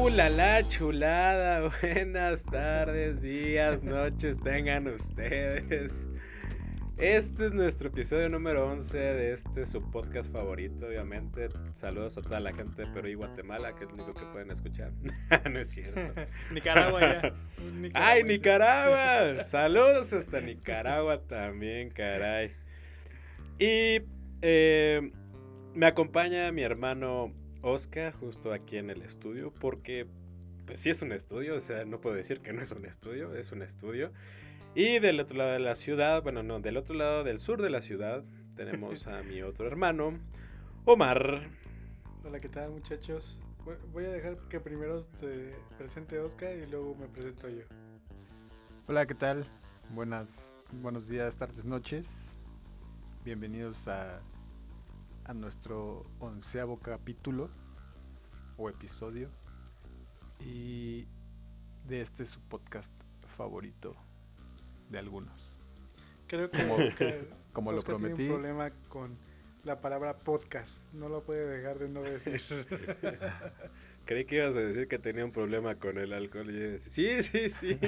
La chulada, buenas tardes, días, noches tengan ustedes. Este es nuestro episodio número 11 de su podcast favorito, obviamente. Saludos a toda la gente de Perú y Guatemala, que es lo único que pueden escuchar. No es cierto. Nicaragua ya. ¡Ay, Nicaragua! Saludos hasta Nicaragua también, caray. Y me acompaña mi hermano Oscar justo aquí en el estudio, porque pues sí es un estudio, o sea, no puedo decir que no es un estudio, es un estudio. Y del otro lado de la ciudad, bueno, no, del otro lado del sur de la ciudad, tenemos a mi otro hermano, Omar. Hola, ¿qué tal, muchachos? Voy a dejar que primero se presente Oscar y luego me presento yo. Hola, ¿qué tal? Buenos días, tardes, noches. Bienvenidos a nuestro 11º capítulo o episodio y de su podcast favorito de algunos. Creo que Oscar, como Oscar lo prometí, tiene un problema con la palabra podcast. No lo puede dejar de no decir. Creí que ibas a decir que tenía un problema con el alcohol. Y yo decía, sí.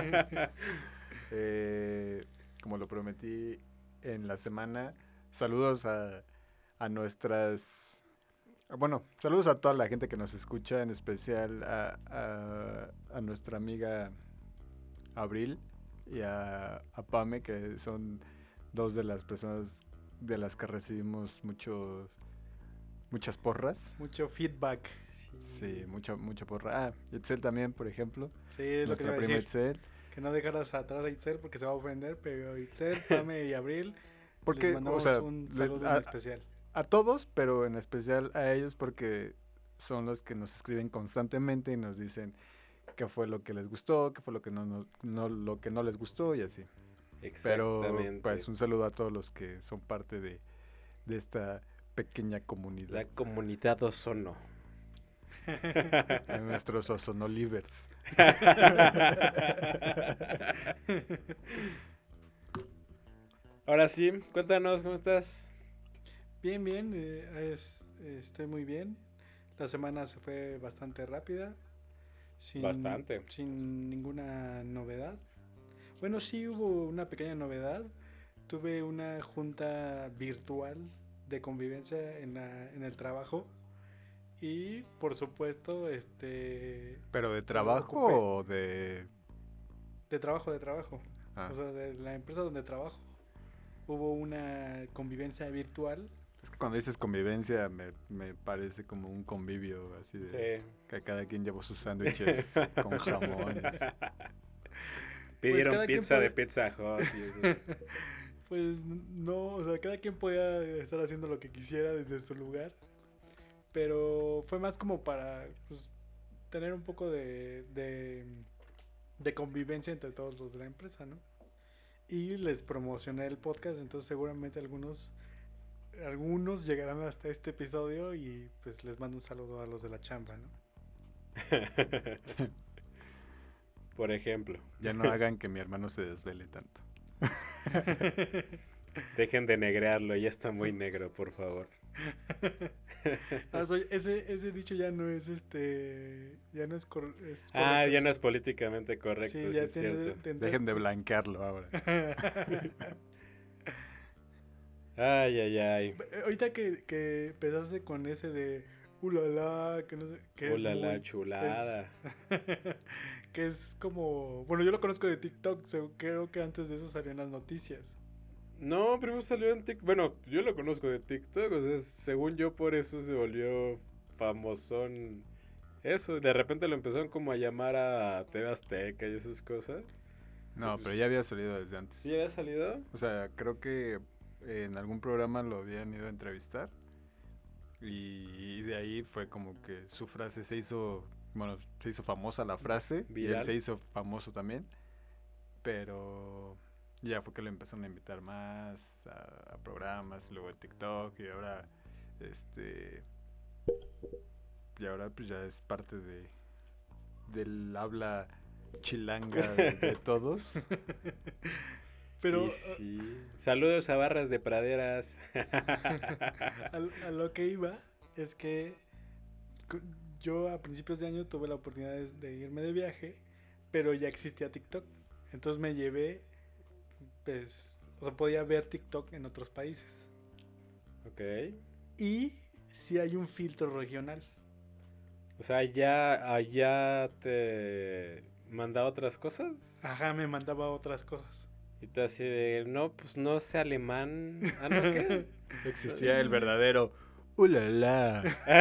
Como lo prometí en la semana, saludos a nuestras... Bueno, saludos a toda la gente que nos escucha, en especial a nuestra amiga Abril y a Pame, que son dos de las personas de las que recibimos muchas porras. Mucho feedback. Sí, mucha porra. Itzel también, por ejemplo. Sí, es lo que nuestra iba a prima decir. Itzel. Que no dejaras atrás a Itzel porque se va a ofender, pero Itzel, Pame y Abril, Porque, les mandamos un saludo en especial. A todos, pero en especial a ellos porque son los que nos escriben constantemente y nos dicen qué fue lo que les gustó, qué fue lo que lo que no les gustó y así. Exactamente. Pero pues un saludo a todos los que son parte de esta pequeña comunidad. La comunidad Ozono. A nuestros Ozonolivers. Ahora sí, cuéntanos, ¿cómo estás? Bien, estoy muy bien. La semana se fue bastante rápida. Sin ninguna novedad. Bueno, sí hubo una pequeña novedad. Tuve una junta virtual de convivencia en el trabajo. Y por supuesto, ¿Pero de trabajo o de...? De trabajo. Ah. O sea, de la empresa donde trabajo. Hubo una convivencia virtual. Es que cuando dices convivencia me parece como un convivio así de que cada quien llevó sus sándwiches con jamón. Pidieron pues pizza de Pizza Hut. Pues no, o sea, cada quien podía estar haciendo lo que quisiera desde su lugar. Pero fue más como para pues, tener un poco de convivencia entre todos los de la empresa, ¿no? Y les promocioné el podcast, entonces seguramente algunos llegarán hasta este episodio y pues les mando un saludo a los de la chamba, ¿no? Por ejemplo. Ya no hagan que mi hermano se desvele tanto. Dejen de negrearlo, ya está muy negro, por favor. Ese dicho ya no es ya no es correcto. Ya no es políticamente correcto, sí, es cierto. Dejen de blanquearlo ahora. Ay. Ahorita que empezaste con ese de ulala, que no sé, que ulala, es muy, chulada. Que es como, bueno, yo lo conozco de TikTok, creo que antes de eso salían las noticias. No, primero salió en TikTok. Bueno, yo lo conozco de TikTok, o sea, según yo por eso se volvió famosón. Eso, de repente lo empezaron como a llamar a TV Azteca y esas cosas. No, pero ya había salido desde antes. ¿Sí había salido? O sea, creo que en algún programa lo habían ido a entrevistar y de ahí fue como que su frase se hizo famosa la frase. Viral. Y él se hizo famoso también, pero ya fue que lo empezaron a invitar más a programas, luego el TikTok y ahora pues ya es parte del habla chilanga de todos. Pero sí. Saludos a Barras de Praderas. A lo que iba es que yo a principios de año tuve la oportunidad de irme de viaje, pero ya existía TikTok. Entonces me llevé, pues, o sea, podía ver TikTok en otros países. Ok. Y sí hay un filtro regional. O sea, ya allá te manda otras cosas. Ajá, me mandaba otras cosas. Y tú así de, no, pues no sé alemán. Ah, ¿no qué? Existía el verdadero ¡ulala!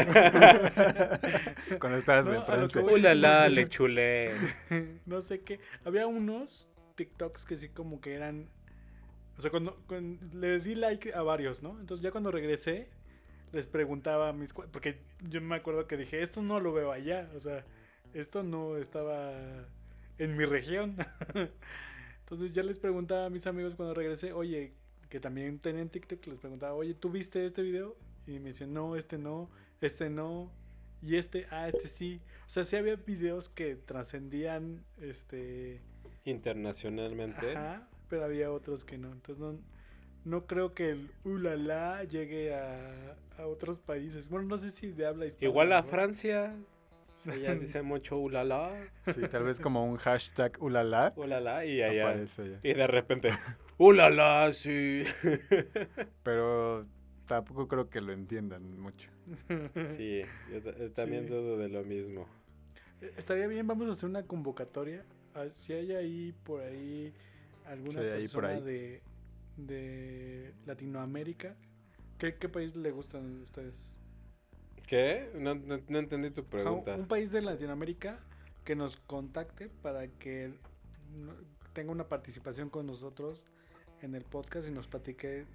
Cuando estabas No, en a lo que Francia. voy- ¡Ulala, le chulé! No sé qué. Había unos TikToks que sí como que eran... O sea, cuando le di like a varios, ¿no? Entonces ya cuando regresé, les preguntaba a porque yo me acuerdo que dije, esto no lo veo allá. O sea, esto no estaba en mi región. Entonces ya les preguntaba a mis amigos cuando regresé, oye, que también tenían TikTok, les preguntaba, oye, ¿tú viste este video? Y me decían, no, este no, y este sí. O sea, sí había videos que trascendían, Internacionalmente. ajá, pero había otros que no. Entonces no creo que el ulala llegue a otros países. Bueno, no sé si de habla hispana. Igual a ¿no? Francia. O sea, ya dice mucho ulala, Sí, tal vez como un hashtag ¡ulala! ulala, y allá. Aparece allá. Y de repente, ulala, sí. Pero tampoco creo que lo entiendan mucho. Sí, yo también Sí. dudo de lo mismo. Estaría bien, vamos a hacer una convocatoria. Si hay ahí por ahí alguna Sí, ahí por persona ahí. de Latinoamérica, ¿qué país le gustan a ustedes? ¿Qué? No entendí tu Ajá, pregunta. un país de Latinoamérica que nos contacte para que tenga una participación con nosotros en el podcast y nos platique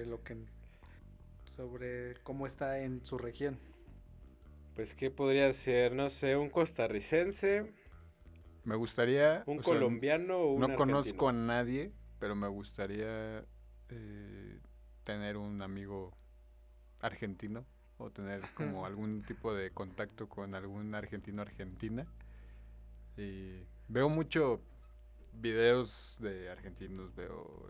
sobre cómo está en su región. Pues, ¿qué podría ser? No sé, un costarricense, Me gustaría... un o sea, colombiano o un no argentino. conozco a nadie, pero me gustaría tener un amigo argentino o tener como algún tipo de contacto con algún argentina. Y veo mucho videos de argentinos, veo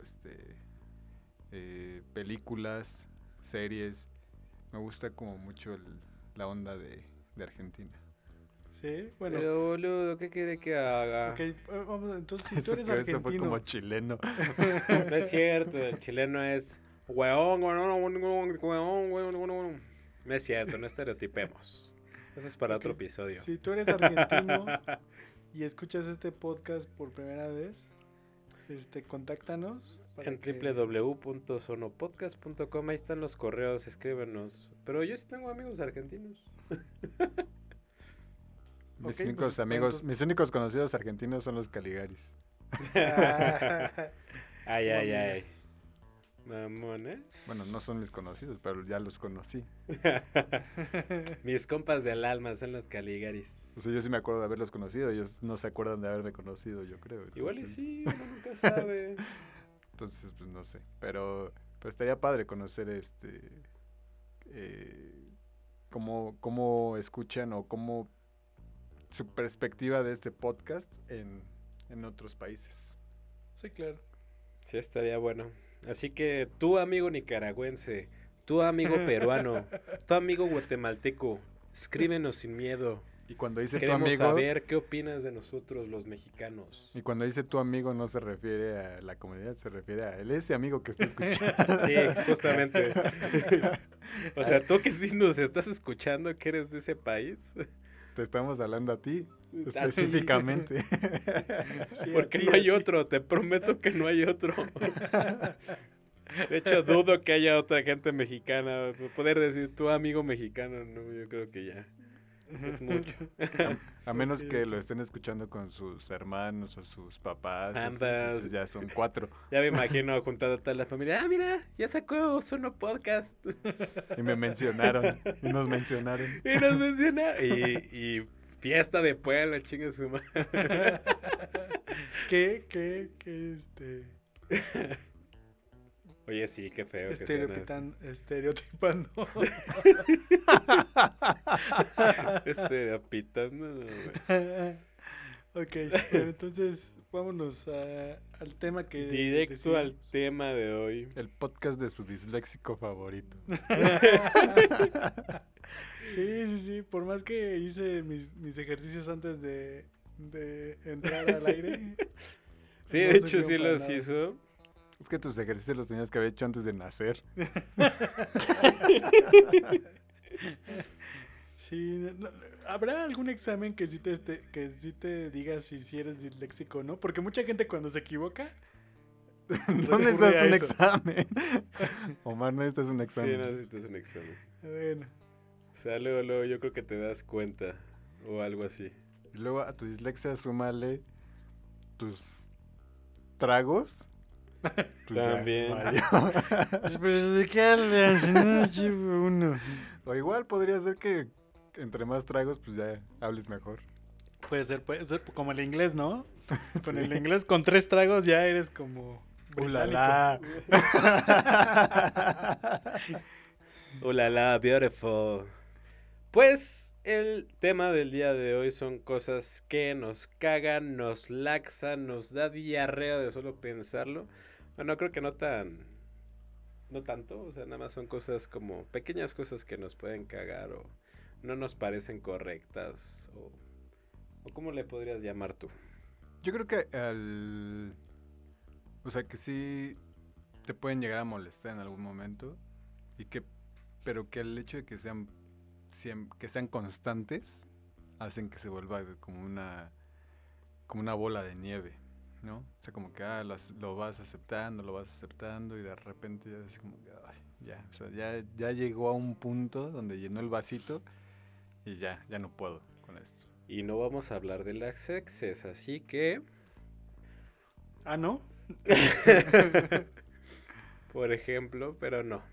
películas, series. Me gusta como mucho la onda de Argentina. Sí, bueno. Pero, boludo, ¿qué quiere que haga? Ok, vamos, entonces si tú eres Eso fue argentino, como chileno. No es cierto, el chileno es hueón, hueón. No es cierto, no estereotipemos. Eso es para ok, otro episodio. si tú eres argentino y escuchas este podcast por primera vez, contáctanos para En que- www.sonopodcast.com, ahí están los correos, escríbenos. Pero yo sí tengo amigos argentinos. Mis Ok, únicos pues, amigos, entonces- mis únicos conocidos argentinos son los Caligaris. Ay, Como ay, amiga. ay. Mamón, ¿eh? Bueno, no son mis conocidos, pero ya los conocí. Mis compas del alma son los Caligaris. O sea, yo sí me acuerdo de haberlos conocido, ellos no se acuerdan de haberme conocido, yo creo. Igual y entonces- sí, uno nunca sabe. Entonces, pues no sé. Pero estaría padre conocer cómo escuchan o cómo su perspectiva de este podcast en otros países. Sí, claro. Sí, estaría bueno. Así que tú, amigo nicaragüense, tú, amigo peruano, tú, amigo guatemalteco, escríbenos sin miedo. Y cuando dice tu Queremos amigo, saber qué opinas de nosotros, los mexicanos. y cuando dice tu amigo no se refiere a la comunidad, se refiere a ese amigo que está escuchando. Sí, justamente. O sea, tú que sí nos estás escuchando, que eres de ese país. Te estamos hablando a ti, A ti. específicamente. Sí, Porque a ti, no a hay ti. otro, te prometo que no hay otro. De hecho, dudo que haya otra gente mexicana. Poder decir tu amigo mexicano, no, yo creo que ya es mucho. A menos Ok, que ok. lo estén escuchando con sus hermanos o sus papás. así, Andas. entonces ya son 4. Ya me imagino juntando a toda la familia. Ah, mira, ya sacó Sono Podcast. Y me mencionaron. Y nos mencionaron. Y nos menciona. Y fiesta de pueblo, chingue su madre. ¿Qué, Oye, sí, qué feo. que sean estereotipando? Estereopitando, no, güey. Ok, bueno, entonces vámonos al tema que Directo al decidimos. tema de hoy. El podcast de su disléxico favorito. Sí. Por más que hice mis ejercicios antes de entrar al aire. Sí, no de hecho sirvieron sí para los nada. hizo. Es que tus ejercicios los tenías que haber hecho antes de nacer. Sí, ¿habrá algún examen que sí te diga si eres disléxico o no? Porque mucha gente cuando se equivoca No recurre necesitas a un eso. examen. Omar, no necesitas un Sí, examen. necesitas un examen. Bueno, O sea, luego yo creo que te das cuenta o algo así. Y luego a tu dislexia súmale tus tragos. Pues ya, También. valió. pues de qué hablan, si no llevo uno. O igual podría ser que entre más tragos, pues ya hables mejor. Puede ser como el inglés, ¿no? Con Sí. el inglés, con 3 tragos ya eres como ¡Ulala! La, beautiful. Pues el tema del día de hoy son cosas que nos cagan, nos laxan, nos da diarrea de solo pensarlo. Bueno, creo que no tanto, o sea, nada más son cosas como pequeñas cosas que nos pueden cagar o no nos parecen correctas o ¿cómo le podrías llamar tú? Yo creo que o sea, que sí te pueden llegar a molestar en algún momento. Pero que el hecho de que sean constantes hacen que se vuelva como una bola de nieve, ¿no? O sea, como que lo vas aceptando y de repente ya es como que, ay, ya, o sea, ya llegó a un punto donde llenó el vasito y ya no puedo con esto. Y no vamos a hablar de las exes, así que, Ah, ¿no? por ejemplo, pero no.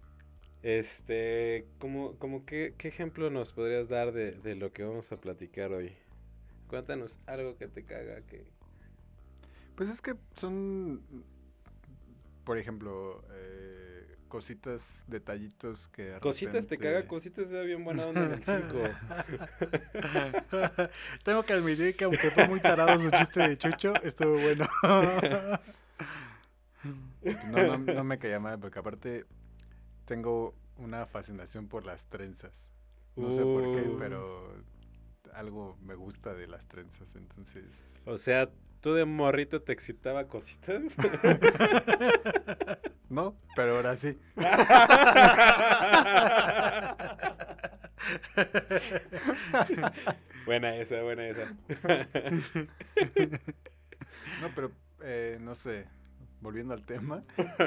¿Cómo qué ejemplo nos podrías dar de lo que vamos a platicar hoy? Cuéntanos algo que te caga, que... Pues es que son, por ejemplo, cositas, detallitos que de Cositas te repente- caga, cositas era bien buena onda en el 5. Tengo que admitir que aunque fue muy tarado su chiste de Chucho, estuvo bueno. No me caía mal, porque aparte tengo una fascinación por las trenzas. No sé por qué, pero algo me gusta de las trenzas, entonces... O sea, ¿tú de morrito te excitaba cositas? No, pero ahora sí. Buena esa. No, pero no sé, volviendo al tema,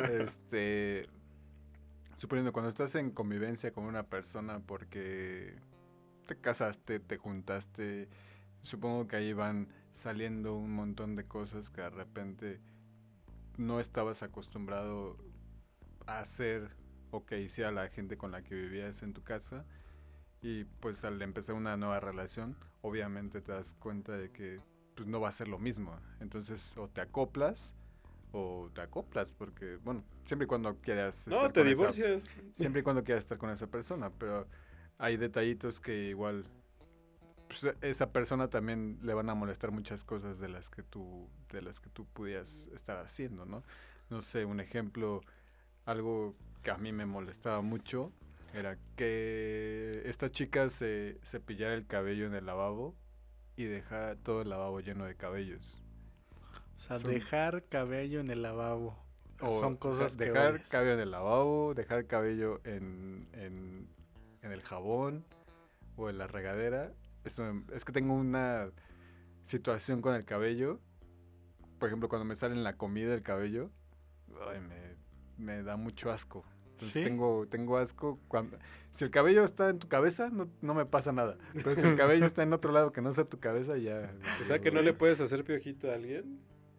suponiendo cuando estás en convivencia con una persona porque te casaste, te juntaste, supongo que ahí van saliendo un montón de cosas que de repente no estabas acostumbrado a hacer o que hiciera la gente con la que vivías en tu casa, y pues al empezar una nueva relación obviamente te das cuenta de que pues no va a ser lo mismo, entonces o te acoplas porque bueno, siempre y cuando quieras No, estar te con esa, divorcias. siempre y cuando quieras estar con esa persona, pero hay detallitos que igual pues, esa persona también le van a molestar muchas cosas de las que tú pudieras estar haciendo, ¿no? No sé, un ejemplo, algo que a mí me molestaba mucho era que esta chica se cepillara el cabello en el lavabo y dejara todo el lavabo lleno de cabellos. O sea, Son- dejar cabello en el lavabo. O Son cosas que dejar odias. cabello en el lavabo, dejar cabello en el jabón o en la regadera. Es que tengo una situación con el cabello. Por ejemplo, cuando me sale en la comida el cabello, ay, me da mucho asco. Entonces ¿Sí? tengo asco si el cabello está en tu cabeza, no me pasa nada. Pero si el cabello está en otro lado que no sea tu cabeza, ya... O sea, que no ¿sí? le puedes hacer piojito a alguien.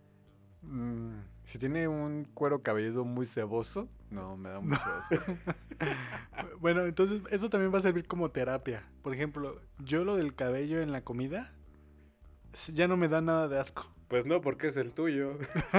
Si tiene un cuero cabelludo muy ceboso, no, me da mucho asco. Bueno, entonces eso también va a servir como terapia. Por ejemplo, yo lo del cabello en la comida ya no me da nada de asco. Pues no, porque es el tuyo. O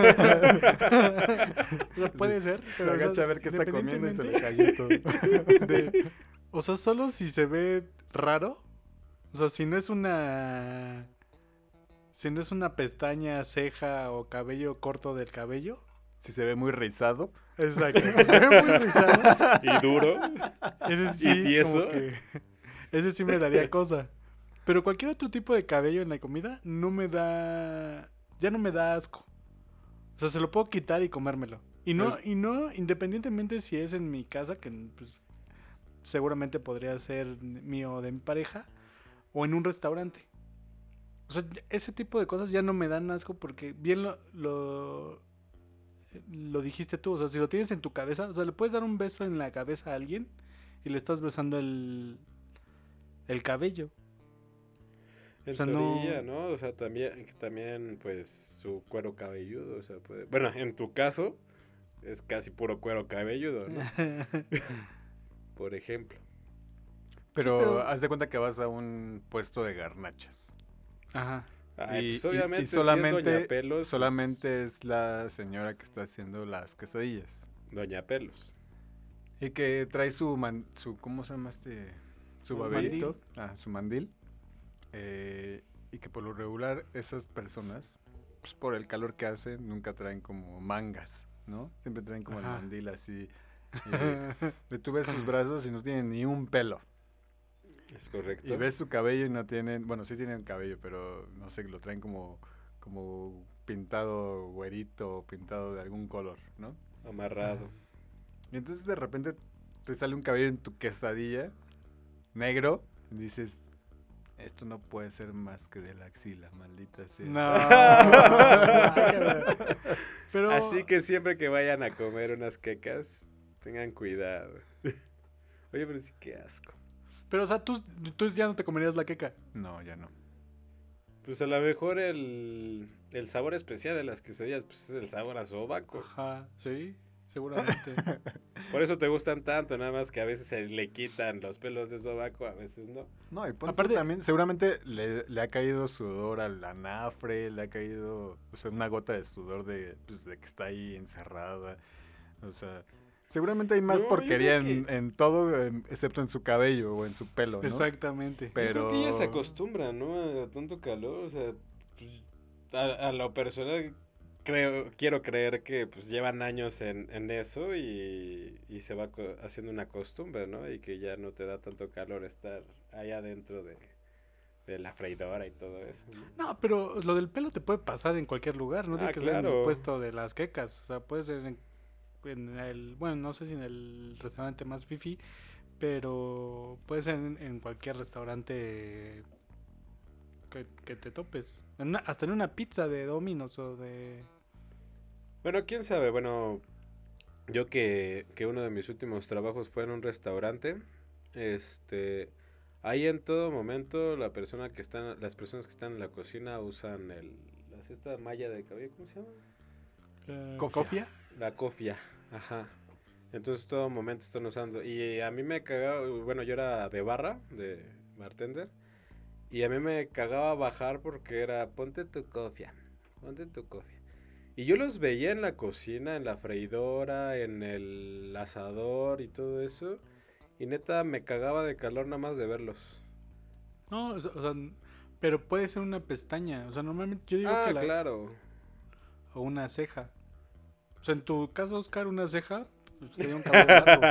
sea, puede ser, Se pero o sea, agacha a ver qué está comiendo y se le independientemente cayó todo. o sea, solo si se ve raro. O sea, si no es una pestaña, ceja o cabello corto del cabello. Si se ve muy rizado. Exacto. Si se ve muy rizado. Y duro. Ese ¿Y sí, tieso? como que ese sí me daría cosa. Pero cualquier otro tipo de cabello en la comida no me da... Ya no me da asco. O sea, se lo puedo quitar y comérmelo. Y no, independientemente si es en mi casa, que pues, seguramente podría ser mío o de mi pareja, o en un restaurante. O sea, ese tipo de cosas ya no me dan asco porque bien lo dijiste tú. O sea, si lo tienes en tu cabeza, o sea, le puedes dar un beso en la cabeza a alguien y le estás besando el cabello. O En sea, teoría, no... ¿no? O sea, también, pues, su cuero cabelludo, o sea, puede... Bueno, en tu caso, es casi puro cuero cabelludo, ¿no? Por ejemplo. Sí, Pero pero... haz de cuenta que vas a un puesto de garnachas. Ajá. Ay, pues Y obviamente si es Doña solamente, Pelos, pues solamente es la señora que está haciendo las quesadillas. Doña Pelos. Y que trae ¿cómo se llama su Mandil. baberito? Su mandil. Y que por lo regular esas personas, pues por el calor que hace, nunca traen como mangas, ¿no? Siempre traen como el Ajá. mandil así. Tú ves sus brazos y no tienen ni un pelo. Es Y correcto. ves su cabello y no tienen, bueno, sí tienen cabello, pero no sé, lo traen como pintado güerito o pintado de algún color, ¿no? Amarrado. Y entonces de repente te sale un cabello en tu quesadilla, negro, y dices, esto no puede ser más que de la axila, maldita sea. No, guácala. Pero, Así que siempre que vayan a comer unas quecas, tengan cuidado. Oye, pero sí, qué asco. o sea, tú ya no te comerías la queca. No, ya no. Pues a lo mejor el sabor especial de las quesadillas, pues es el sabor a sobaco. Ajá, sí, seguramente. Por eso te gustan tanto, nada más que a veces se le quitan los pelos de sobaco, a veces no. No, y pon tú Aparte- también, seguramente le ha caído sudor al anafre, le ha caído, o sea, una gota de sudor de que está ahí encerrada. O sea, seguramente hay más No, yo porquería creo que- en todo, excepto en su cabello o en su pelo, ¿no? Exactamente. Yo creo que ya se Pero acostumbra, ¿no? A tanto calor, o sea, pues, a lo personal quiero creer que pues llevan años en eso y se va haciendo una costumbre, ¿no? Y que ya no te da tanto calor estar ahí adentro de la freidora y todo eso, ¿no? No, pero lo del pelo te puede pasar en cualquier lugar, no tiene Ah, que ser en el claro. puesto de las quecas. O sea, puede ser en el, bueno, no sé si en el restaurante más fifi, pero puede ser en cualquier restaurante que te topes. Hasta en una pizza de Domino's o de... Bueno, quién sabe, bueno, yo que uno de mis últimos trabajos fue en un restaurante, este, ahí en todo momento las personas que están en la cocina usan esta malla de cabello, ¿cómo se llama? Cofia. ¿Cofia? La cofia, ajá. Entonces todo momento están usando. Y a mí me cagaba, bueno, yo era de barra, de bartender, y a mí me cagaba bajar porque era, ponte tu cofia. Y yo los veía en la cocina, en la freidora, en el asador y todo eso. Y neta me cagaba de calor nada más de verlos. No, o sea, pero puede ser una pestaña. O sea, normalmente yo digo Ah, que claro. o una ceja. O sea, en tu caso, Oscar, una ceja pues, sería un cabello largo.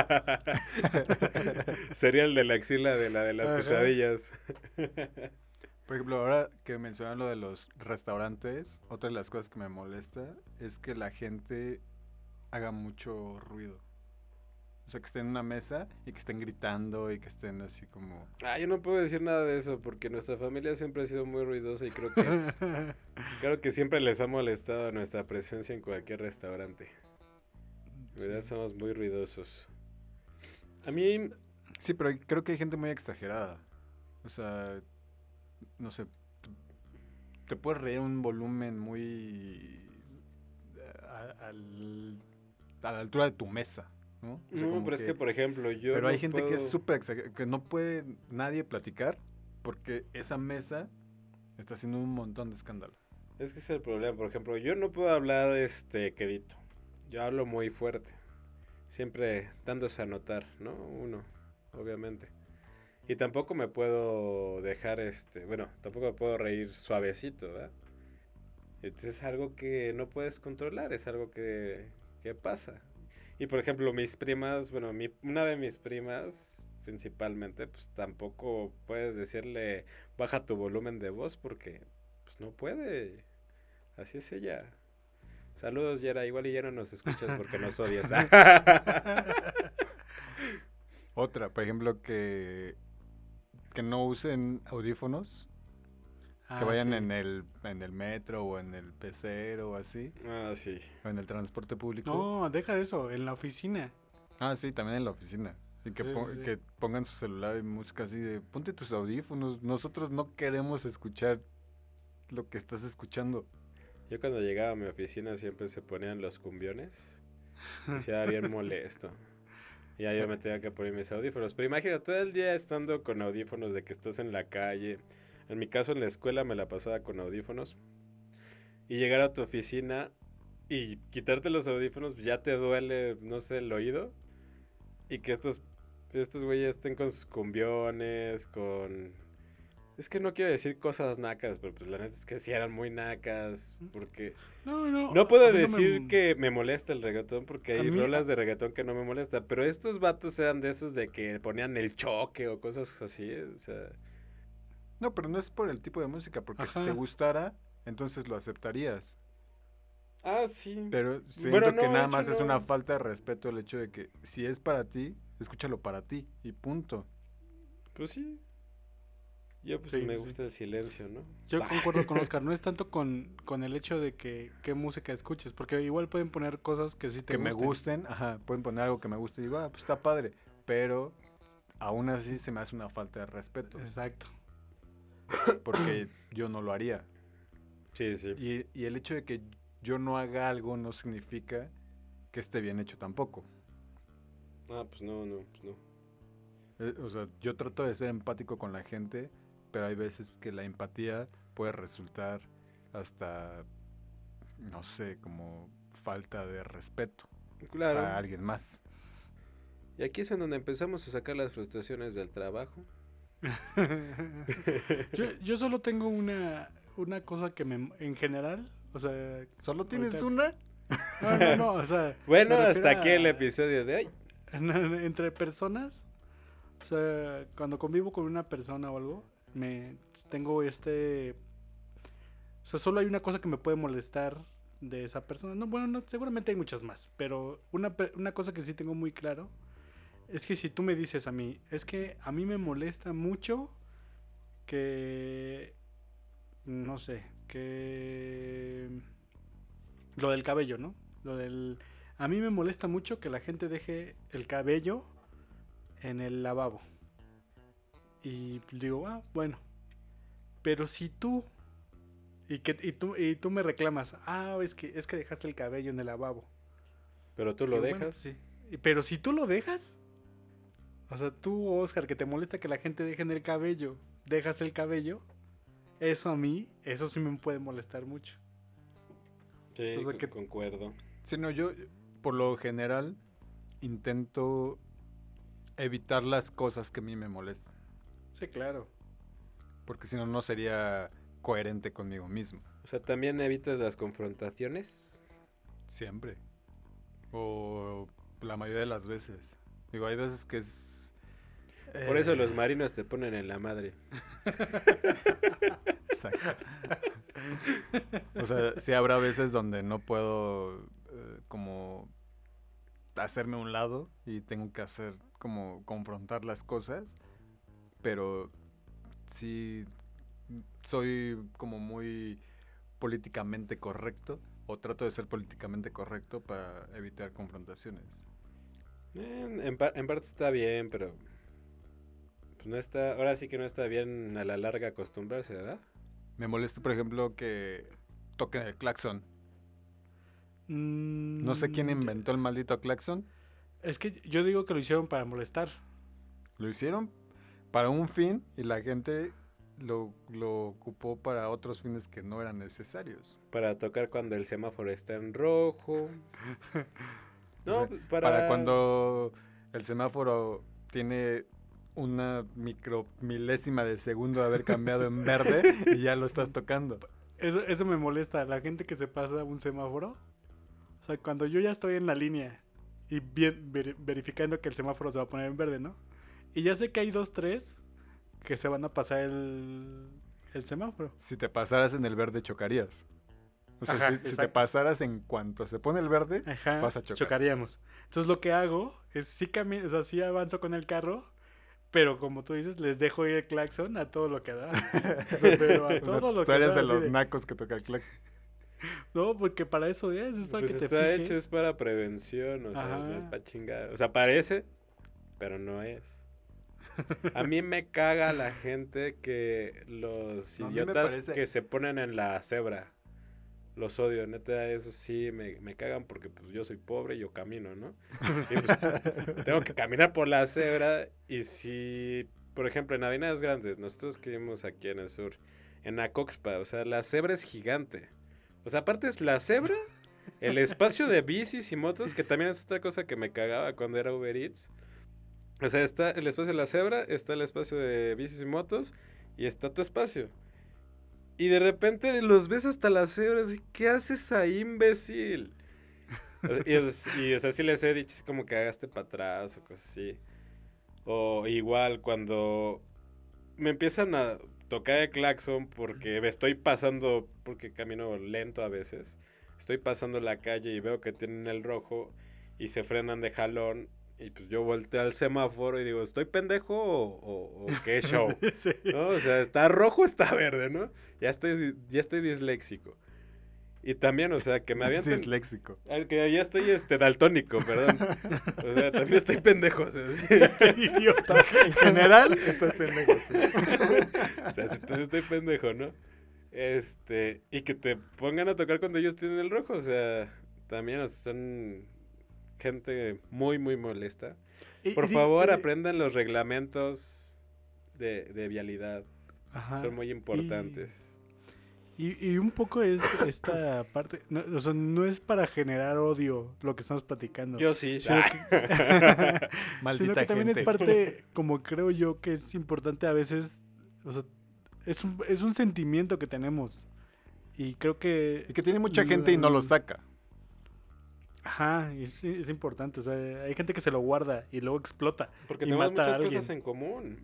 Sería el de la axila de la de las Ajá. quesadillas. por ejemplo, ahora que mencionan lo de los restaurantes, otra de las cosas que me molesta es que la gente haga mucho ruido. O sea, que estén en una mesa y que estén gritando y que estén así como... Ah, yo no puedo decir nada de eso porque nuestra familia siempre ha sido muy ruidosa y creo que pues, creo que siempre les ha molestado nuestra presencia en cualquier restaurante. En verdad Sí. somos muy ruidosos. A mí, Sí, pero creo que hay gente muy exagerada. O sea, no sé, te puedes reír a un volumen muy... a la altura de tu mesa, ¿no? O sea, no, como pero es que por ejemplo yo pero hay no gente que es puedo... súper exagerada, que no puede nadie platicar porque esa mesa está haciendo un montón de escándalo. Es que ese es el problema, por ejemplo, yo no puedo hablar quedito. Yo hablo muy fuerte. Siempre dándose a notar, ¿no? Uno, obviamente. Y tampoco me puedo dejar bueno, tampoco me puedo reír suavecito, ¿verdad? Entonces es algo que no puedes controlar, es algo que pasa. Y por ejemplo, mis primas, bueno, una de mis primas principalmente, pues tampoco puedes decirle baja tu volumen de voz porque pues no puede. Así es ella. Saludos, Yera. Igual y ya no nos escuchas porque nos odias. Otra, por ejemplo, que no usen audífonos, que vayan sí. en el metro o en el pecero o así, Ah, sí. o en el transporte público. No, deja de eso, en la oficina. Ah, sí, también en la oficina. Y que, Sí, sí, sí. que pongan su celular y música así de, ponte tus audífonos, nosotros no queremos escuchar lo que estás escuchando. Yo cuando llegaba a mi oficina siempre se ponían los cumbiones. Y se era bien molesto. Y ya yo me tenía que poner mis audífonos. Pero imagina, todo el día estando con audífonos de que estás en la calle. En mi caso en la escuela me la pasaba con audífonos. Y llegar a tu oficina y quitarte los audífonos, ya te duele, no sé, el oído. Y que estos güeyes estén con sus cumbiones, con... Es que no quiero decir cosas nacas, pero pues la neta es que sí eran muy nacas, porque... No, No puedo a mí no decir que me molesta el reggaetón, porque A hay mí- rolas de reggaetón que no me molesta, pero estos vatos eran de esos de que ponían el choque o cosas así, o sea... No, pero no es por el tipo de música, porque si te Ajá. gustara, entonces lo aceptarías. Ah, sí. Pero siento Bueno, que no, de nada hecho más es no. una falta de respeto el hecho de que si es para ti, escúchalo para ti y punto. Pues sí. Yo pues Sí, me sí, sí. gusta el silencio, ¿no? Yo Bah. concuerdo con Oscar, no es tanto con el hecho de que qué música escuches, porque igual pueden poner cosas que sí te Que me gusten. gusten, ajá, pueden poner algo que me guste y digo, ah, pues está padre, pero aún así se me hace una falta de respeto, Exacto. porque yo no lo haría. Sí, sí. Y el hecho de que yo no haga algo no significa que esté bien hecho tampoco. Ah, pues no, pues no. O sea, yo trato de ser empático con la gente, pero hay veces que la empatía puede resultar hasta, no sé, como falta de respeto Claro. a alguien más. Y aquí es en donde empezamos a sacar las frustraciones del trabajo. Yo solo tengo una cosa que en general, o sea... ¿Solo tienes ahorita- una? No, o sea... Bueno, me hasta refiero aquí el a- episodio de hoy. Entre personas, o sea, cuando convivo con una persona o algo, tengo o sea, solo hay una cosa que me puede molestar de esa persona. No, bueno, no, seguramente hay muchas más, pero una cosa que sí tengo muy claro es que si tú me dices a mí, es que a mí me molesta mucho que, no sé, que lo del cabello, ¿no? A mí me molesta mucho que la gente deje el cabello en el lavabo. Y digo, ah, bueno. Pero si tú y tú me reclamas, ah, es que dejaste el cabello en el lavabo. Pero tú lo Digo, dejas. bueno, sí. Pero si tú lo dejas, o sea, tú, Oscar, que te molesta que la gente deje en el cabello, dejas el cabello, eso sí me puede molestar mucho. Sí, O sea, que concuerdo. Sí, no, yo por lo general intento evitar las cosas que a mí me molestan, sí, claro. porque si no, no sería coherente conmigo mismo. O sea, también evitas las confrontaciones. Siempre. O la mayoría de las veces. Digo, hay veces que es... Por eso los marinos te ponen en la madre. Exacto. O sea, sí habrá veces donde no puedo como hacerme a un lado y tengo que hacer como confrontar las cosas, pero sí soy como muy políticamente correcto o trato de ser políticamente correcto para evitar confrontaciones. En parte está bien, pero pues no está, ahora sí que no está bien a la larga acostumbrarse, ¿verdad? Me molesta, por ejemplo, que toquen el claxon. No sé quién inventó el maldito claxon. Es que yo digo que lo hicieron para molestar. Lo hicieron para un fin y la gente lo ocupó para otros fines que no eran necesarios. Para tocar cuando el semáforo está en rojo. No, O sea, para... para cuando el semáforo tiene una micromilésima de segundo de haber cambiado en verde y ya lo estás tocando. Eso me molesta. La gente que se pasa un semáforo. O sea, cuando yo ya estoy en la línea y verificando que el semáforo se va a poner en verde, ¿no? Y ya sé que hay 2, 3 que se van a pasar el semáforo. Si te pasaras en el verde, chocarías. O sea, Ajá, si te exacto. pasaras en cuanto se pone el verde, Ajá, vas a chocar. chocaríamos. Entonces lo que hago es sí camino, o sea, sí avanzo con el carro, pero como tú dices, les dejo ir el claxon a todo lo que da. O sea, pero a O sea, todo lo tú que eres da. de así los de, nacos que toca el claxon. no, porque para eso es para Pues que te está fijes. hecho, es para prevención, o sea, no es Ajá. para chingar. O sea, parece, pero no es. A mí me caga la gente que los No, a mí me idiotas parece- que se ponen en la cebra. Los odio, neta, eso sí me cagan porque pues yo soy pobre y yo camino, ¿no? Y pues tengo que caminar por la cebra y si, por ejemplo, en avenidas grandes, nosotros que vivimos aquí en el sur, en Acoxpa, o sea, la cebra es gigante. O sea, aparte es la cebra, el espacio de bicis y motos, que también es otra cosa que me cagaba cuando era Uber Eats. O sea, está el espacio de la cebra, está el espacio de bicis y motos y está tu espacio. Y de repente los ves hasta las cebras y ¿qué haces ahí, imbécil? O sea, o sea, sí les he dicho así como que hagaste para atrás o cosas así. O igual cuando me empiezan a tocar el claxon porque me estoy pasando, porque camino lento a veces. Estoy pasando la calle y veo que tienen el rojo y se frenan de jalón. Y pues yo volteo al semáforo y digo, ¿estoy pendejo o qué show? Sí. ¿No? O sea, está rojo o está verde, ¿no? Ya estoy disléxico. Y también, o sea, que me Es avienten... disléxico. Que ya estoy daltónico, perdón. O sea, también estoy pendejo. O sea, sí. Idiota. En general, estás pendejo. Sí. O sea, sí, entonces estoy pendejo, ¿no? Y que te pongan a tocar cuando ellos tienen el rojo, o sea, también, o sea, son gente muy, muy molesta. Por favor, aprendan los reglamentos de vialidad. Ajá. Son muy importantes. Y un poco es esta parte, no, o sea, no es para generar odio lo que estamos platicando. Yo sí. Sino Maldita sino que también gente. es parte, como creo yo, que es importante a veces, o sea, es un sentimiento que tenemos. Y creo que... Y que tiene mucha gente y no lo saca. Ajá, es importante. O sea, hay gente que se lo guarda y luego explota. Porque y tenemos mata a muchas alguien. cosas en común.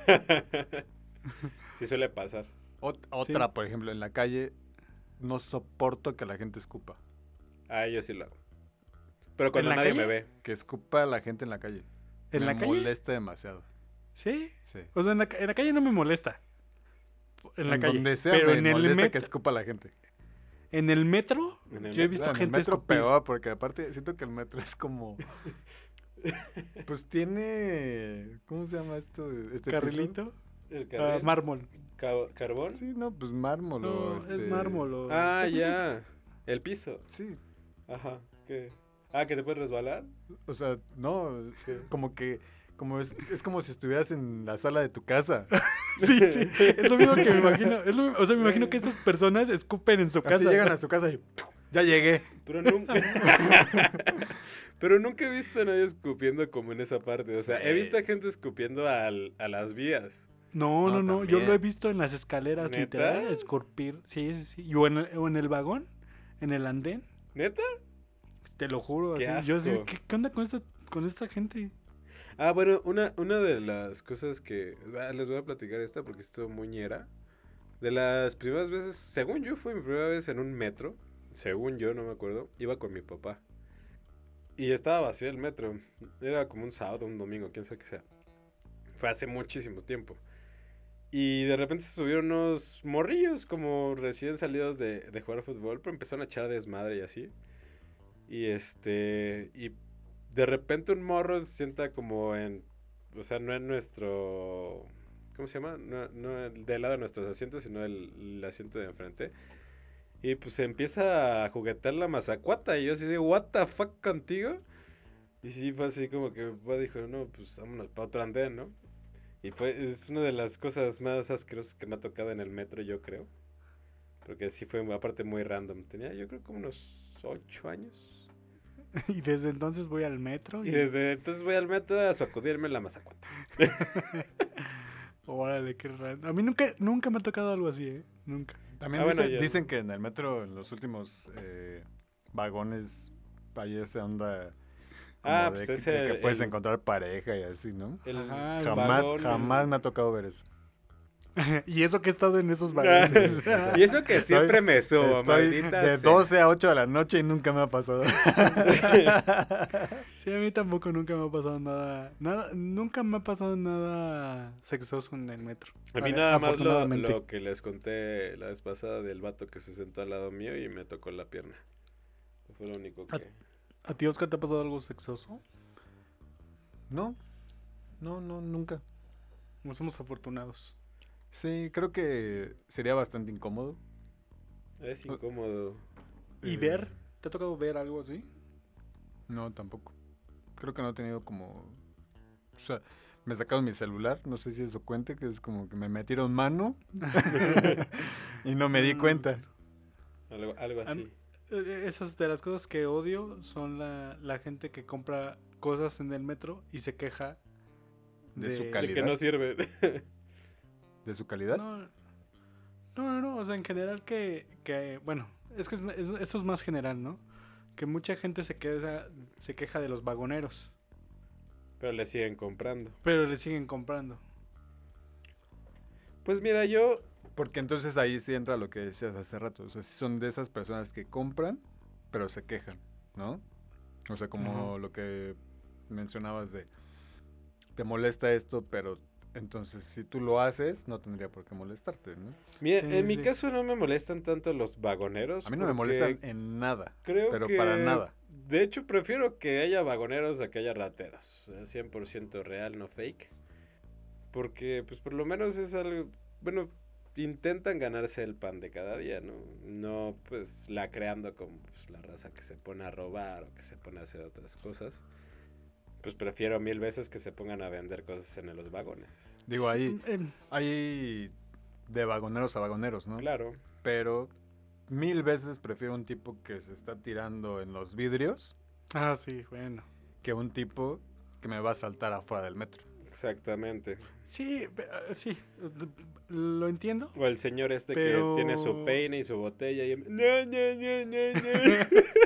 Sí suele pasar. Otra, Sí. por ejemplo, en la calle, no soporto que la gente escupa. Ah, yo sí lo hago. Pero cuando la nadie calle? me ve. Que escupa a la gente en la calle. ¿En Me la calle? molesta demasiado. Sí. Sí. O sea, en la calle no me molesta. En la calle. Donde sea, pero me en el molesta que metro, escupa a la gente. en el metro, En el yo he metro. visto En el gente metro escupir. peor, porque aparte siento que el metro es como... Pues tiene... ¿Cómo se llama esto? Este Carrilito. El Ah, carril. mármol. ¿Carbón? Sí, no, pues mármol o No, es mármol. O... Ah, ¿sí, ya. El piso. Sí, Ajá. ¿Qué? Ah, ¿que te puedes resbalar? o sea, no, ¿Qué? como que... Es como si estuvieras en la sala de tu casa. Sí, sí. Es lo mismo que me imagino. O sea, me imagino que estas personas escupen en su Así casa. llegan a su casa y... Ya llegué. Pero nunca... Pero nunca he visto a nadie escupiendo como en esa parte. O sea, Sí. he visto a gente escupiendo a las vías. No, No, no. Yo también. lo he visto en las escaleras, ¿Neta? literal, escupir. Sí, sí, sí. Y o en el vagón, en el andén. ¿Neta? Te lo juro. Qué Así. Yo así, asco. ¿qué onda con esta gente? Ah, bueno, una de las cosas que... les voy a platicar esta porque estuvo muy ñera. De las primeras veces, según yo, fue mi primera vez en un metro. Según yo, no me acuerdo. Iba con mi papá. Y estaba vacío el metro. Era como un sábado, un domingo, quién sabe qué sea. Fue hace muchísimo tiempo. Y de repente se subieron unos morrillos como recién salidos de jugar fútbol, pero empezaron a echar desmadre y así. Y y de repente un morro se sienta como o sea, no en nuestro, ¿cómo se llama? No del lado de nuestros asientos, sino el asiento de enfrente. Y pues se empieza a juguetear la mazacuata. Y yo así de, ¿what the fuck contigo? Y sí, fue así como que papá dijo, no, pues vámonos para otro andén, ¿no? Y es una de las cosas más asquerosas que me ha tocado en el metro, yo creo. Porque sí fue aparte muy random. Tenía yo creo como unos 8 años. Y desde entonces voy al metro. Y desde entonces voy al metro a sacudirme la mazacuata. Órale, qué raro. A mí nunca me ha tocado algo así, ¿eh? Nunca. También Bueno, ya. dicen que en el metro, en los últimos vagones, hay esa onda como Ah, de, pues que, es de que puedes el- encontrar pareja y así, ¿no? el Ajá, vagón, Jamás me ha tocado ver eso. Y eso que he estado en esos vagones. Y eso que siempre me subo, Estoy maldita de sea. 12 a 8 de la noche y nunca me ha pasado. Sí, a mí tampoco nunca me ha pasado nunca me ha pasado nada sexoso en el metro. A mí nada más Afortunadamente. lo que les conté la vez pasada del vato que se sentó al lado mío y me tocó la pierna. Fue lo único que... ¿A ti, Oscar, te ha pasado algo sexoso? No, nunca. No somos afortunados. Sí, creo que sería bastante incómodo. Es incómodo. ¿Y Eh, ver? ¿Te ha tocado ver algo así? No, tampoco. Creo que no he tenido como... O sea, me sacaron mi celular, no sé si eso cuente, que es como que me metieron mano y no me di cuenta. Algo así. Esas de las cosas que odio son la gente que compra cosas en el metro y se queja De su De calidad. que no sirve. ¿De su calidad? No, o sea, en general bueno, es que esto es más general, ¿no? Que mucha gente se queja de los vagoneros, Pero le siguen comprando. pero le siguen comprando. Pues mira, yo... Porque entonces ahí sí entra lo que decías hace rato. O sea, sí son de esas personas que compran, pero se quejan, ¿no? O sea, como lo que mencionabas de... Te molesta esto, pero entonces si tú lo haces, no tendría por qué molestarte, ¿no? Mira, Sí, en mi sí. caso no me molestan tanto los vagoneros. A mí no me porque molestan en nada, creo pero que... para nada. De hecho, prefiero que haya vagoneros a que haya rateros. 100% real, no fake. Porque, pues, por lo menos es algo... Bueno, intentan ganarse el pan de cada día, ¿no? No, pues, lacreando como pues, la raza que se pone a robar o que se pone a hacer otras cosas. Pues prefiero 1000 veces que se pongan a vender cosas en los vagones. Digo, ahí Sí, hay de vagoneros a vagoneros, ¿no? Claro. Pero 1000 veces prefiero un tipo que se está tirando en los vidrios sí, bueno. que un tipo que me va a saltar afuera del metro. Exactamente. Sí, sí, lo entiendo. O el señor este Pero- que tiene su peine y su botella y... "Ña, Ña, Ña, Ña, Ña".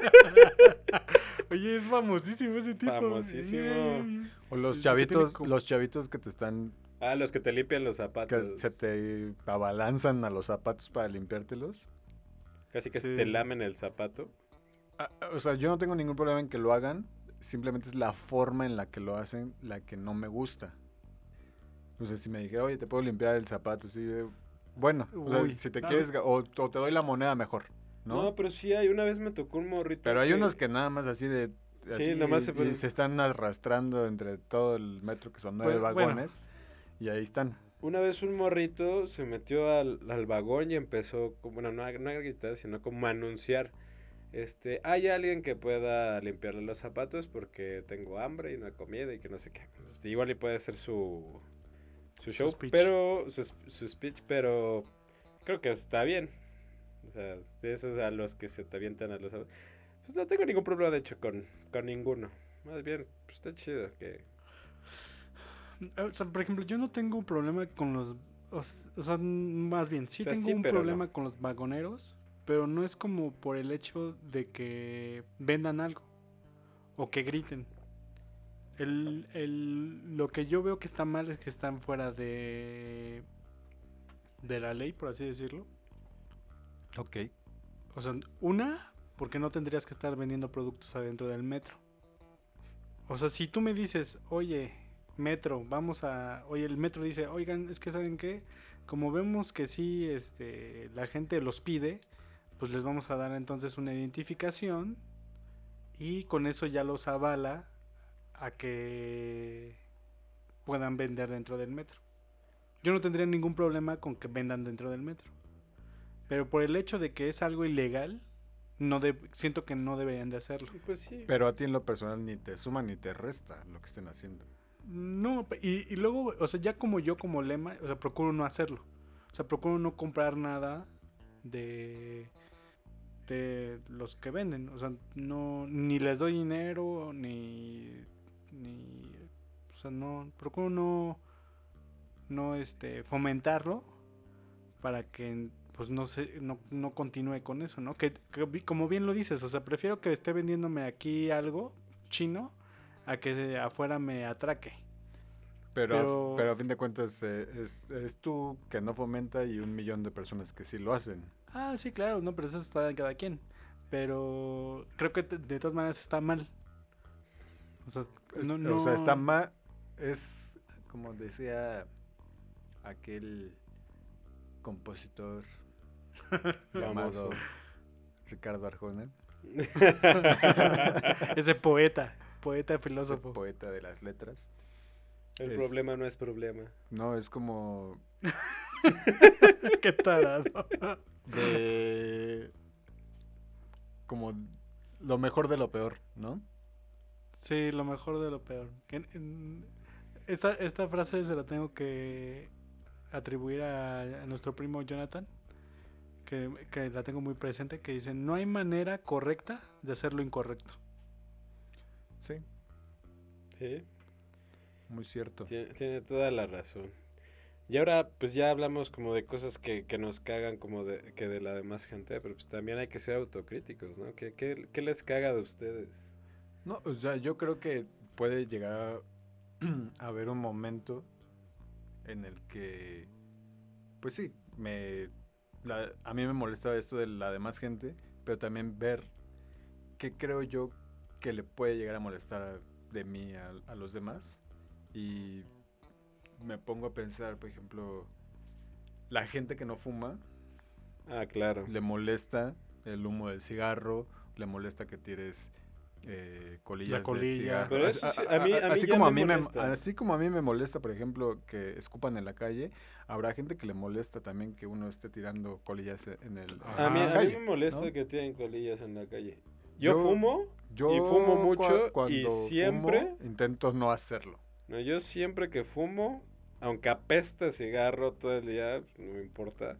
Oye, es famosísimo ese tipo. Famosísimo. O los Sí, sí, que tiene chavitos, como- los chavitos que te están, Ah, los que te limpian los que zapatos. se te abalanzan a los zapatos para limpiártelos. Casi que Sí, te sí. lamen el zapato. O sea, yo no tengo ningún problema en que lo hagan, simplemente es la forma en la que lo hacen la que no me gusta. O sea, si me dijera, oye, te puedo limpiar el zapato, sí, bueno, o sea, Uy, si te no. quieres, o te doy la moneda mejor, No, ¿no? pero sí hay. Una vez me tocó un morrito. Pero hay unos que nada más así de... Sí, así, nomás se y ponen- se están arrastrando entre todo el metro, que son 9 Pues, bueno. vagones, y ahí están. Una vez un morrito se metió al vagón y empezó, bueno, no a gritar, sino como a anunciar, hay alguien que pueda limpiarle los zapatos porque tengo hambre y no he comido y que no sé qué. Igual y puede ser su show, speech. pero su speech, pero creo que está bien. O sea, de esos a los que se te avientan a los zapatos. Pues no tengo ningún problema, de hecho, con ninguno. Más bien, pues está chido que... O sea, por ejemplo, yo no tengo un problema con los... O sea, más bien, sí O sea, tengo sí, un pero problema no. con los vagoneros, pero no es como por el hecho de que vendan algo o que griten. Lo que yo veo que está mal es que están fuera de la ley, por así decirlo. Ok. O sea, porque no tendrías que estar vendiendo productos adentro del metro. O sea, si tú me dices, oye, metro, oye, el metro dice, oigan, es que ¿saben qué? Como vemos que sí, la gente los pide, pues les vamos a dar entonces una identificación y con eso ya los avala a que puedan vender dentro del metro. Yo no tendría ningún problema con que vendan dentro del metro. Pero por el hecho de que es algo ilegal, siento que no deberían de hacerlo. Pues sí. Pero a ti en lo personal ni te suma ni te resta lo que estén haciendo. No, y luego, o sea, ya como yo como lema, o sea, procuro no hacerlo. O sea, procuro no comprar nada de los que venden. O sea, no, ni les doy dinero, o sea, no, procuro no fomentarlo para que pues no continúe con eso, ¿no? Que como bien lo dices, o sea, prefiero que esté vendiéndome aquí algo chino a que afuera me atraque. Pero a fin de cuentas es tú que no fomenta y 1,000,000 de personas que sí lo hacen. Ah, sí, claro, no, pero eso está en cada quien. Pero creo que de todas maneras está mal. O sea, no. O sea, está mal. Es como decía aquel compositor llamado Famoso. Ricardo Arjona, Ese poeta ese filósofo. poeta de las letras. El Es- problema no es problema. No, es como Qué tarado. de como lo mejor de lo peor, ¿no? Sí, lo mejor de lo peor. Esta frase se la tengo que atribuir a nuestro primo Jonathan, que la tengo muy presente, que dice, no hay manera correcta de hacer lo incorrecto. Sí, Sí, muy cierto. tiene toda la razón. Y ahora, pues ya hablamos como de cosas que nos cagan como que de la demás gente, pero pues también hay que ser autocríticos, ¿no? ¿Qué les caga de ustedes? No, o sea, yo creo que puede llegar a haber un momento en el que, pues sí, a mí me molesta esto de la demás gente, pero también ver qué creo yo que le puede llegar a molestar de mí a los demás. Y me pongo a pensar, por ejemplo, la gente que no fuma, Ah, claro. le molesta el humo del cigarro, le molesta que tires colillas La colilla. de cigarro. Pero eso sí, a mí así ya como me a mí molesta. así como a mí me molesta, por ejemplo, que escupan en la calle, habrá gente que le molesta también que uno esté tirando colillas en el Ajá. A mí calle, me molesta ¿no? que tienen colillas en la calle. Yo Yo- fumo Yo y fumo mucho y cuando siempre, fumo, intento no hacerlo. no, yo siempre que fumo, aunque apeste cigarro todo el día, pues, no me importa,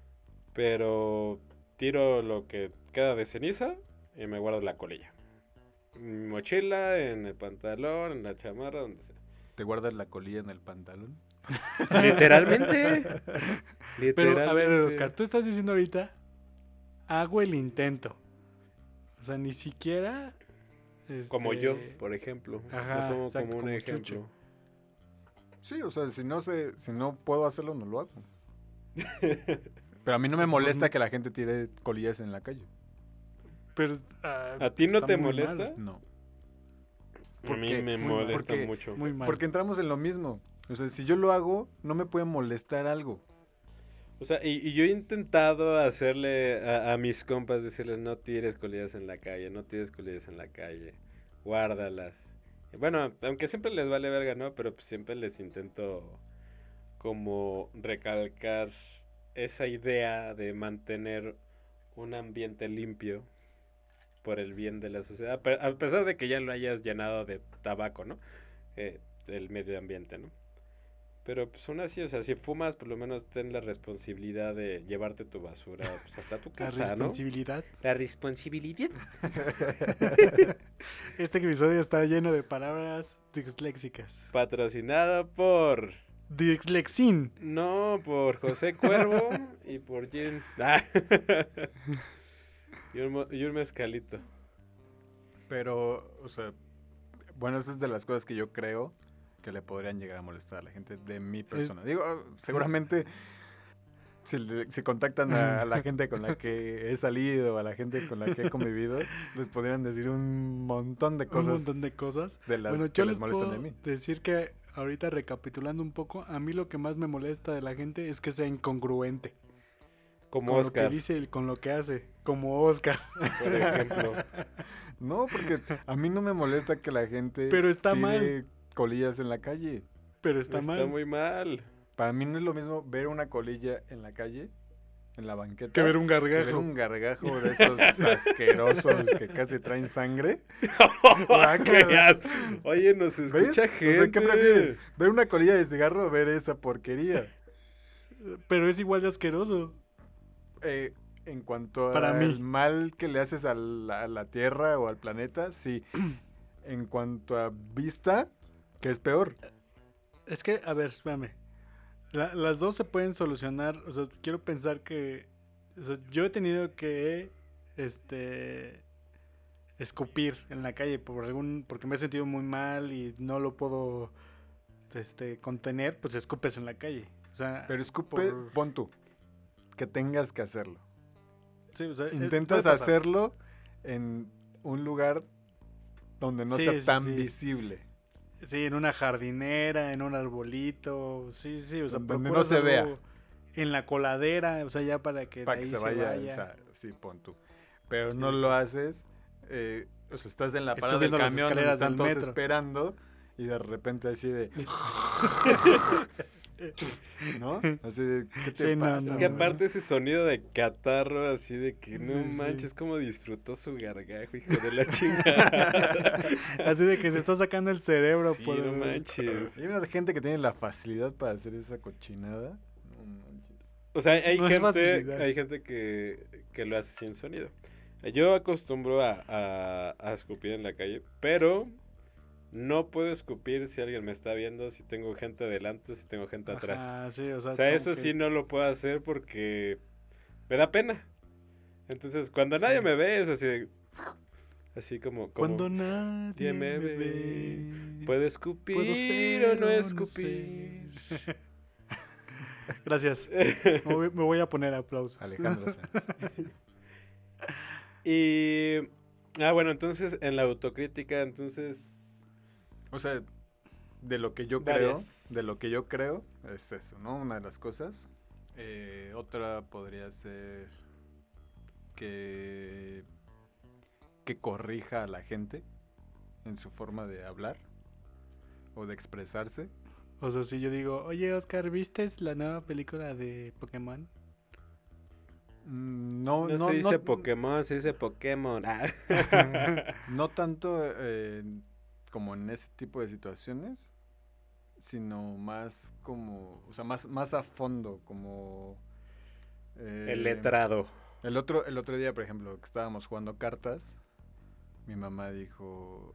pero tiro lo que queda de ceniza y me guardo la colilla. En mi mochila, en el pantalón, en la chamarra, donde sea. ¿Te guardas la colilla en el pantalón? Literalmente. Pero, a ver, Literalmente. Oscar, tú estás diciendo ahorita, hago el intento. O sea, ni siquiera... Como yo, por ejemplo. Ajá, Lo pongo exacto, como un como ejemplo. Chucho. Sí, o sea, si no puedo hacerlo, no lo hago. Pero a mí no me molesta que la gente tire colillas en la calle. Pero, ¿A ti no está te muy molesta? mal, No. A mí Porque- me muy mal. molesta porque- mucho. Muy mal. Porque entramos en lo mismo. O sea, si yo lo hago, no me puede molestar algo. O sea, y yo he intentado hacerle a mis compas, decirles, no tires colillas en la calle, no tires colillas en la calle, guárdalas. Y bueno, aunque siempre les vale verga, ¿no? Pero pues siempre les intento como recalcar esa idea de mantener un ambiente limpio por el bien de la sociedad, a pesar de que ya lo hayas llenado de tabaco, ¿no? El medio ambiente, ¿no? Pero pues aún así, o sea, si fumas, por lo menos ten la responsabilidad de llevarte tu basura pues, hasta tu La casa, ¿no? responsabilidad. La responsabilidad. Este episodio está lleno de palabras disléxicas. Patrocinado por... Dislexin. No, por José Cuervo y por Jen. Ah. Y un mezcalito. Pero, o sea, bueno, esa es de las cosas que yo creo que le podrían llegar a molestar a la gente de mi persona. Digo, seguramente si contactan a la gente con la que he salido, a la gente con la que he convivido, les podrían decir un montón de Un cosas montón de cosas. de las Bueno, que yo les les molestan puedo de mí. decir que ahorita recapitulando un poco, a mí lo que más me molesta de la gente es que sea incongruente. Como Con Oscar, lo que dice y con lo que hace. Como Oscar. por ejemplo. No, porque a mí no me molesta que la gente Pero está tire mal. colillas en la calle. Pero está mal. muy mal. Para mí no es lo mismo ver una colilla en la calle, en la banqueta, Que ver un que ver gargajo. un gargajo de esos asquerosos que casi traen sangre. Guácala. Oye, nos ¿Ves? escucha O gente. sea, ¿qué prefieres? ¿Ver una colilla de cigarro o ver esa porquería? Pero es igual de asqueroso. En cuanto Para al mí. mal que le haces a la Tierra o al planeta, sí. En cuanto a vista, ¿qué es peor? Es que, a ver, espérame. Las dos se pueden solucionar. O sea, quiero pensar que. O sea, yo he tenido que. escupir en la calle porque me he sentido muy mal y no lo puedo contener, pues escupes en la calle. O sea, Pero escupe, por- pon tú, que tengas que hacerlo. sí, o sea, Intentas puede pasar. hacerlo en un lugar donde no Sí, sea sí, tan sí. visible. Sí, en una jardinera, en un arbolito, sí, sí, o sea, Donde no procuras se algo vea. en la coladera, o sea, ya para que de Para que ahí se se vaya, o vaya. sea, sí, pon tú. Pero Sí, no sí, lo sí. haces, o sea, estás en la parada del Subiendo las camión donde escaleras están del todos metro. esperando y de repente así de, ¿no? Así de, ¿qué te Sí, no, pasa? Es no, que no. aparte ese sonido de catarro, así de que no Sí, sí. manches, como disfrutó su gargajo, hijo de la chingada. Así de que se está sacando el cerebro Sí, por no manches. Hay una gente que tiene la facilidad para hacer esa cochinada. No manches. O sea, No es facilidad. hay gente que lo hace sin sonido. Yo acostumbro a escupir en la calle, pero no puedo escupir si alguien me está viendo, si tengo gente adelante, si tengo gente atrás. Ajá, sí, o O sea, sea, como eso que- sí no lo puedo hacer porque me da pena. Entonces, cuando nadie me ve, es así como Cuando nadie ¿quién me me ve? ve, ¿Puedo escupir puedo ser o no o no escupir? Gracias. Me voy a poner aplausos. Alejandro Sanz. Y... bueno, entonces en la autocrítica, entonces... O sea, de lo que yo Varias. creo, es eso, ¿no? Una de las cosas. Otra podría ser que corrija a la gente en su forma de hablar o de expresarse. O sea, si yo digo, oye, Oscar, ¿viste la nueva película de Pokémon? No, No se dice Pokémon, se dice Pokémon. no tanto como en ese tipo de situaciones, sino más como, o sea, más a fondo, como... El letrado. El otro día, por ejemplo, que estábamos jugando cartas, mi mamá dijo...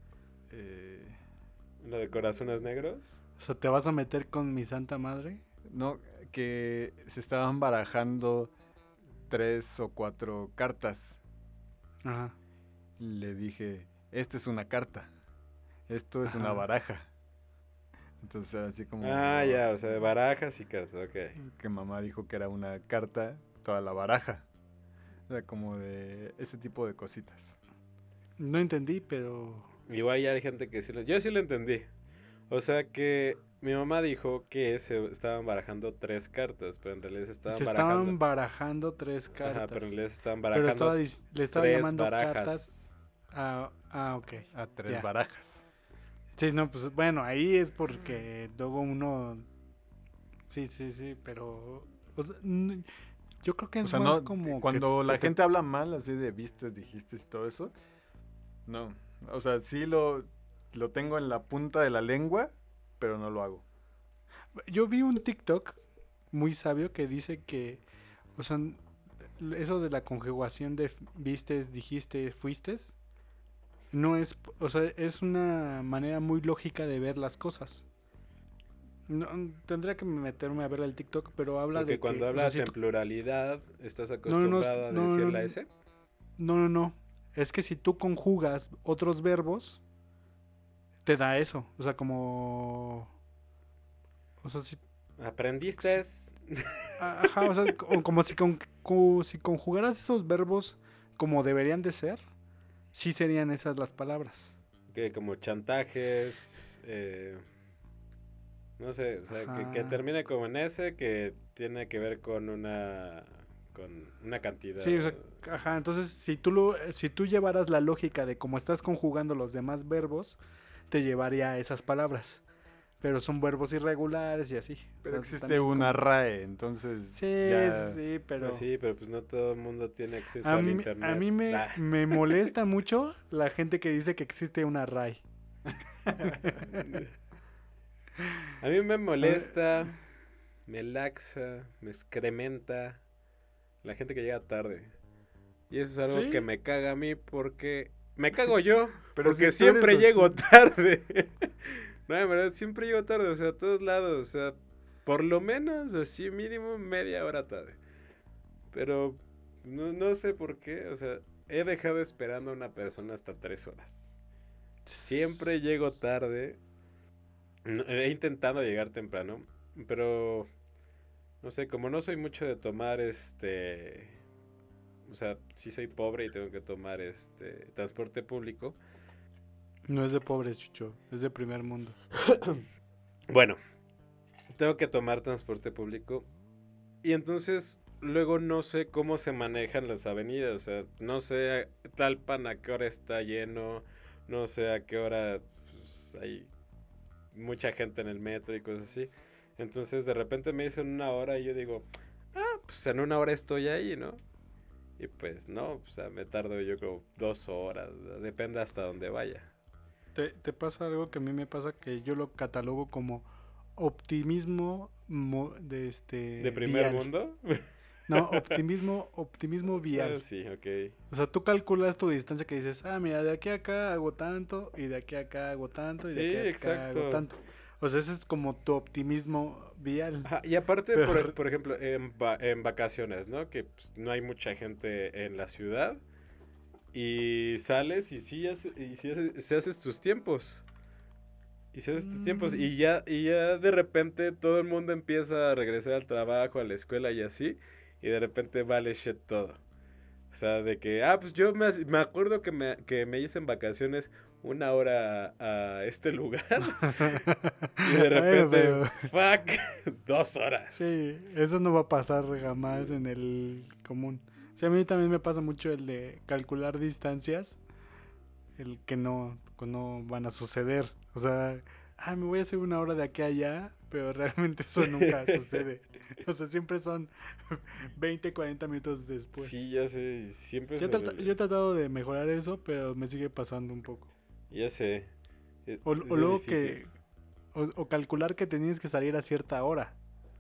¿Lo de corazones negros? O sea, ¿te vas a meter con mi santa madre? no, que se estaban barajando 3 o 4 cartas. Ajá. Le dije, esta es una carta, esto es una Ajá. baraja. Entonces era así como... Ya, o sea, de barajas y cartas, ok. Que mamá dijo que era una carta, toda la baraja. O sea, como de ese tipo de cositas. No entendí, pero... Igual ya hay gente que sí lo... Yo sí lo entendí. O sea que mi mamá dijo que se estaban barajando 3 cartas, pero en realidad se estaban Se barajando... estaban barajando 3 cartas. Ajá, pero en realidad se estaban Pero barajando le estaba 3 llamando barajas. cartas. Ok. A 3 Ya. barajas. Sí, no, pues bueno, ahí es porque luego uno... Sí, pero... o sea, yo creo que es O sea, más no, como... cuando que la se te- gente habla mal, así de vistes, dijiste y todo eso, no. O sea, sí lo tengo en la punta de la lengua, pero no lo hago. Yo vi un TikTok muy sabio que dice que... O sea, eso de la conjugación de vistes, dijiste, fuistes... No es, o sea, es una manera muy lógica de ver las cosas. No, tendría que meterme a ver el TikTok, pero habla Porque de cuando que, o sea, hablas si en tú- pluralidad, ¿estás no, acostumbrado a decir la S? no, es que si tú conjugas otros verbos, te da eso, o sea, como, o sea, si, ¿Aprendiste? ajá, o sea, como si conjugaras esos verbos como deberían de ser, sí serían esas las palabras. Que como chantajes, no sé, o sea, que Ajá. termine como en S, que tiene que ver con una cantidad. Sí, o sea, ajá, entonces si tú llevaras la lógica de cómo estás conjugando los demás verbos, te llevaría a esas palabras. Pero son verbos irregulares y así. O Pero sea, existe también una como- RAE, entonces Sí, ya... sí, pero Pues sí, pero pues no todo el mundo tiene acceso a al mí, internet. a mí Ah. me molesta mucho la gente que dice que existe una RAI. A mí me molesta, me laxa, me excrementa la gente que llega tarde. Y eso es algo ¿Sí? que me caga a mí porque me cago yo, Pero porque si tú eres siempre así. llego tarde. No, de verdad, siempre llego tarde, o sea, a todos lados, o sea, por lo menos así mínimo media hora tarde. Pero no sé por qué, o sea, he dejado esperando a una persona hasta 3 horas. Siempre llego tarde. He intentado llegar temprano, pero no sé, como no soy mucho de tomar o sea, sí soy pobre y tengo que tomar transporte público. No es de pobres, Chucho, es de primer mundo. Bueno, tengo que tomar transporte público y entonces luego no sé cómo se manejan las avenidas, o sea, no sé Talpan a qué hora está lleno, no sé a qué hora pues, hay mucha gente en el metro y cosas así. Entonces de repente me dicen 1 hora y yo digo, pues en 1 hora estoy ahí, ¿no? Y pues no, o sea, me tardo yo creo 2 horas, depende hasta dónde vaya. ¿Te pasa algo que a mí me pasa que yo lo catalogo como optimismo ¿De primer vial? mundo? No, optimismo vial. Sí, ok. O sea, tú calculas tu distancia que dices, mira, de aquí a acá hago tanto, y de aquí a acá hago tanto, y Sí, de aquí a acá hago exacto. tanto. O sea, ese es como tu optimismo vial. Ajá, y aparte, Pero, por ejemplo, en vacaciones, ¿no? Que pues, no hay mucha gente en la ciudad y sales y si haces tus tiempos. Y si haces tus tiempos y ya de repente todo el mundo empieza a regresar al trabajo, a la escuela y así, y de repente vale shit todo. O sea, de que, pues yo me acuerdo que me hice en vacaciones 1 hora a este lugar y de bueno, repente, pero fuck, 2 horas. sí, eso no va a pasar jamás en el común. Sí, a mí también me pasa mucho el de calcular distancias, el que no van a suceder. O sea, me voy a hacer 1 hora de aquí a allá, pero realmente eso nunca sucede. O sea, siempre son 20, 40 minutos después. Sí, ya sé, siempre Yo, se yo he tratado de mejorar eso, pero me sigue pasando un poco. Ya sé. O Es luego difícil. o calcular que tenías que salir a cierta hora.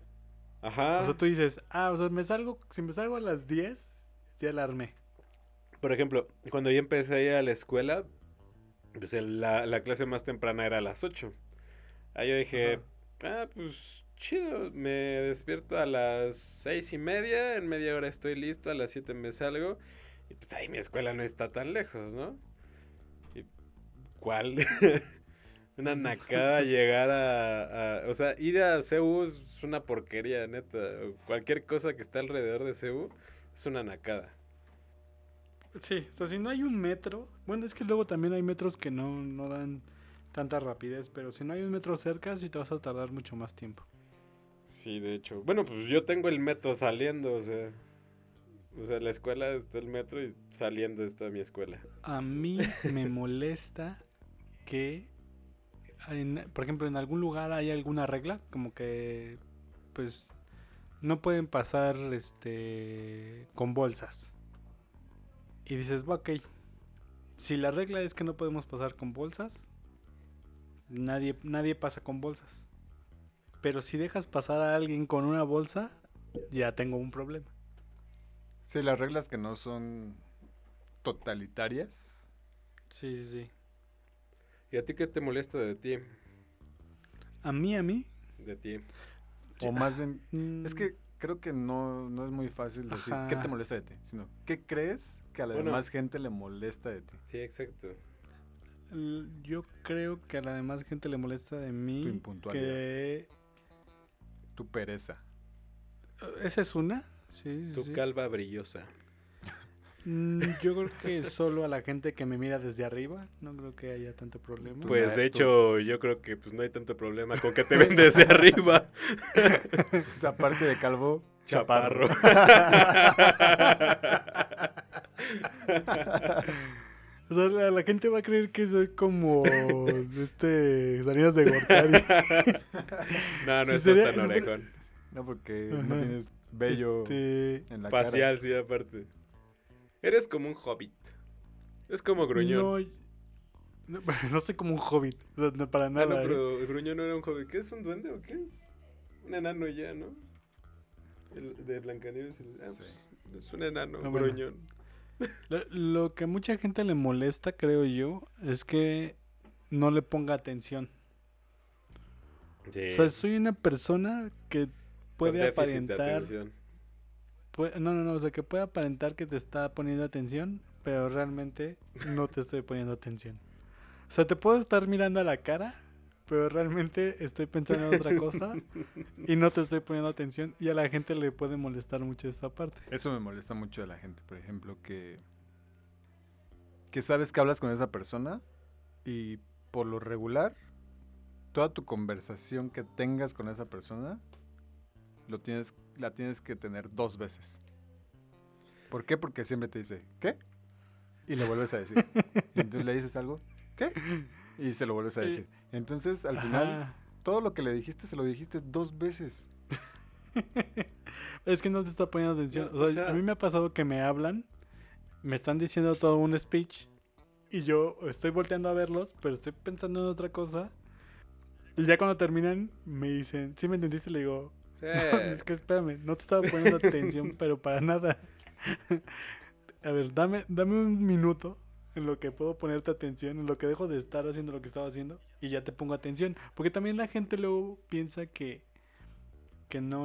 O sea, Ajá. tú dices, o sea, si me salgo a las 10, ya la armé. Por ejemplo, cuando yo empecé a ir a la escuela, pues la clase más temprana era a las 8. Ahí yo dije, pues chido, me despierto a las 6:30, en media hora estoy listo, a las 7 me salgo. Y pues ahí mi escuela no está tan lejos, ¿no? ¿Y cuál? Una nacada llegar o sea, ir a CU es una porquería, neta. Cualquier cosa que está alrededor de CU es una nacada. Sí, o sea, si no hay un metro, bueno, es que luego también hay metros que no dan tanta rapidez, pero si no hay un metro cerca, sí te vas a tardar mucho más tiempo. Sí, de hecho. Bueno, pues yo tengo el metro saliendo, o sea. O sea, la escuela está el metro y saliendo está mi escuela. A mí me molesta que, por ejemplo, en algún lugar hay alguna regla, como que, pues, no pueden pasar, con bolsas. Y dices, ok, si la regla es que no podemos pasar con bolsas, nadie pasa con bolsas. Pero si dejas pasar a alguien con una bolsa, ya tengo un problema. Sí, las reglas que no son totalitarias. Sí, sí, sí. ¿Y a ti qué te molesta de ti? A mí. De ti. O más bien, es mm, que creo que no es muy fácil decir qué te Ajá. molesta de ti, sino qué crees que a la Bueno. demás gente le molesta de ti. Sí, exacto. Yo creo que a la demás gente le molesta de Tu mí impuntualidad. que... Tu pereza. ¿Esa es una? Sí, sí, Tu sí. calva brillosa. Yo creo que solo a la gente que me mira desde arriba, no creo que haya tanto problema. Pues de hecho, yo creo que pues no hay tanto problema con que te ven desde arriba. O sea, aparte de calvo, Chaparro. O sea, la gente va a creer que soy como Salinas de Gortari. No, no Sí, estás tan sería- orejón. No, porque Ajá. no tienes vello en la Facial, sí, aparte. Eres como un hobbit. Es como Gruñón. No soy como un hobbit, o sea, no para Ah, nada. no, pero el Gruñón no era un hobbit. ¿Qué es un duende o qué es? Un enano ya, ¿no? El de Blancanieves. Sí. Pues, es un enano, Ah, bueno. Gruñón. Lo que a mucha gente le molesta, creo yo, es que no le ponga atención. Sí. O sea, soy una persona que Con puede déficit de aparentar... atención. no, o sea, que puede aparentar que te está poniendo atención, pero realmente no te estoy poniendo atención. O sea, te puedo estar mirando a la cara, pero realmente estoy pensando en otra cosa y no te estoy poniendo atención, y a la gente le puede molestar mucho esta parte. Eso me molesta mucho de la gente, por ejemplo, que sabes que hablas con esa persona y por lo regular, toda tu conversación que tengas con esa persona la tienes que tener 2 veces. ¿Por qué? Porque siempre te dice, ¿qué? Y le vuelves a decir. Y entonces le dices algo, ¿qué? Y se lo vuelves a decir. Entonces, al final, Ajá. todo lo que le dijiste, se lo dijiste 2 veces. Es que no te está poniendo atención. No, O o sea, sea- a mí me ha pasado que me hablan, me están diciendo todo un speech y yo estoy volteando a verlos, pero estoy pensando en otra cosa. Y ya cuando terminan me dicen, ¿sí me entendiste? Le digo, Sí. no, es que espérame, no te estaba poniendo atención, pero para nada. A ver, dame un minuto en lo que puedo ponerte atención, en lo que dejo de estar haciendo lo que estaba haciendo y ya te pongo atención. Porque también la gente luego piensa que no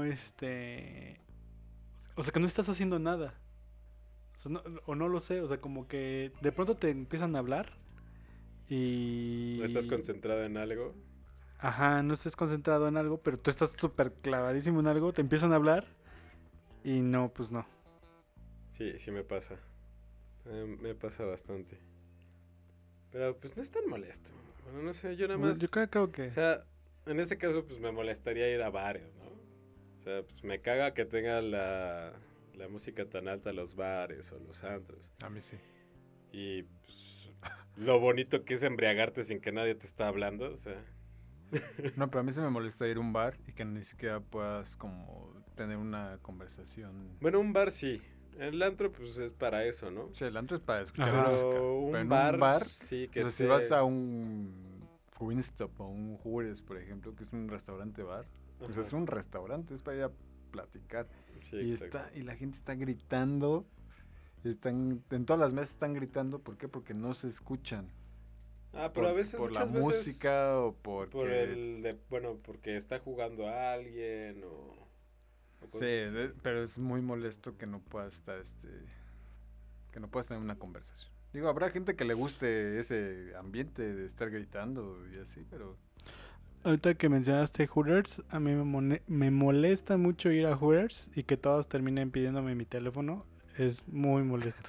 o sea, que no estás haciendo nada. O sea, o no lo sé, o sea, como que de pronto te empiezan a hablar y... ¿No estás concentrado en algo? Ajá, no estés concentrado en algo, pero tú estás súper clavadísimo en algo, te empiezan a hablar y no, pues no. Sí, sí me pasa. Me pasa bastante. Pero pues no es tan molesto. Bueno, no sé, yo nada más... Yo creo que... O sea, en ese caso pues me molestaría ir a bares, ¿no? O sea, pues me caga que tenga la música tan alta los bares o los antros. A mí sí. Y pues, lo bonito que es embriagarte sin que nadie te está hablando, o sea... No, pero a mí se me molesta ir a un bar y que ni siquiera puedas como tener una conversación. Bueno, un bar sí. El antro pues es para eso, ¿no? Sí, el antro es para escuchar Ajá. música. Pero un Pero en bar, un bar, sí o que sea, si esté- vas a un Wingstop o un Hooters, por ejemplo, que es un restaurante bar, pues Ajá. es un restaurante, es para ir a platicar. Sí, y exacto. y la gente está gritando, en todas las mesas están gritando, ¿por qué? Porque no se escuchan. Ah, pero a veces, por la muchas veces, música o porque... por bueno, porque está jugando a alguien o Sí, cosas así. pero es muy molesto que no puedas estar, que no puedas tener una conversación. Digo, habrá gente que le guste ese ambiente de estar gritando y así, pero Ahorita que mencionaste Hooters, a mí me molesta mucho ir a Hooters y que todos terminen pidiéndome mi teléfono. Es muy molesto.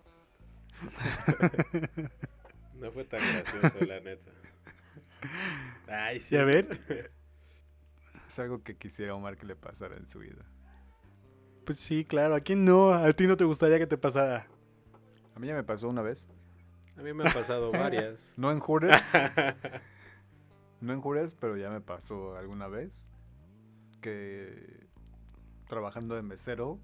No fue tan gracioso, la neta. Ay, sí. Y a ver, es algo que quisiera Omar que le pasara en su vida. pues sí, claro, ¿a quién no? ¿A ti no te gustaría que te pasara? A mí ya me pasó una vez, A mí me han pasado varias. no en Hooters, no en Hooters, pero ya me pasó alguna vez que trabajando de mesero,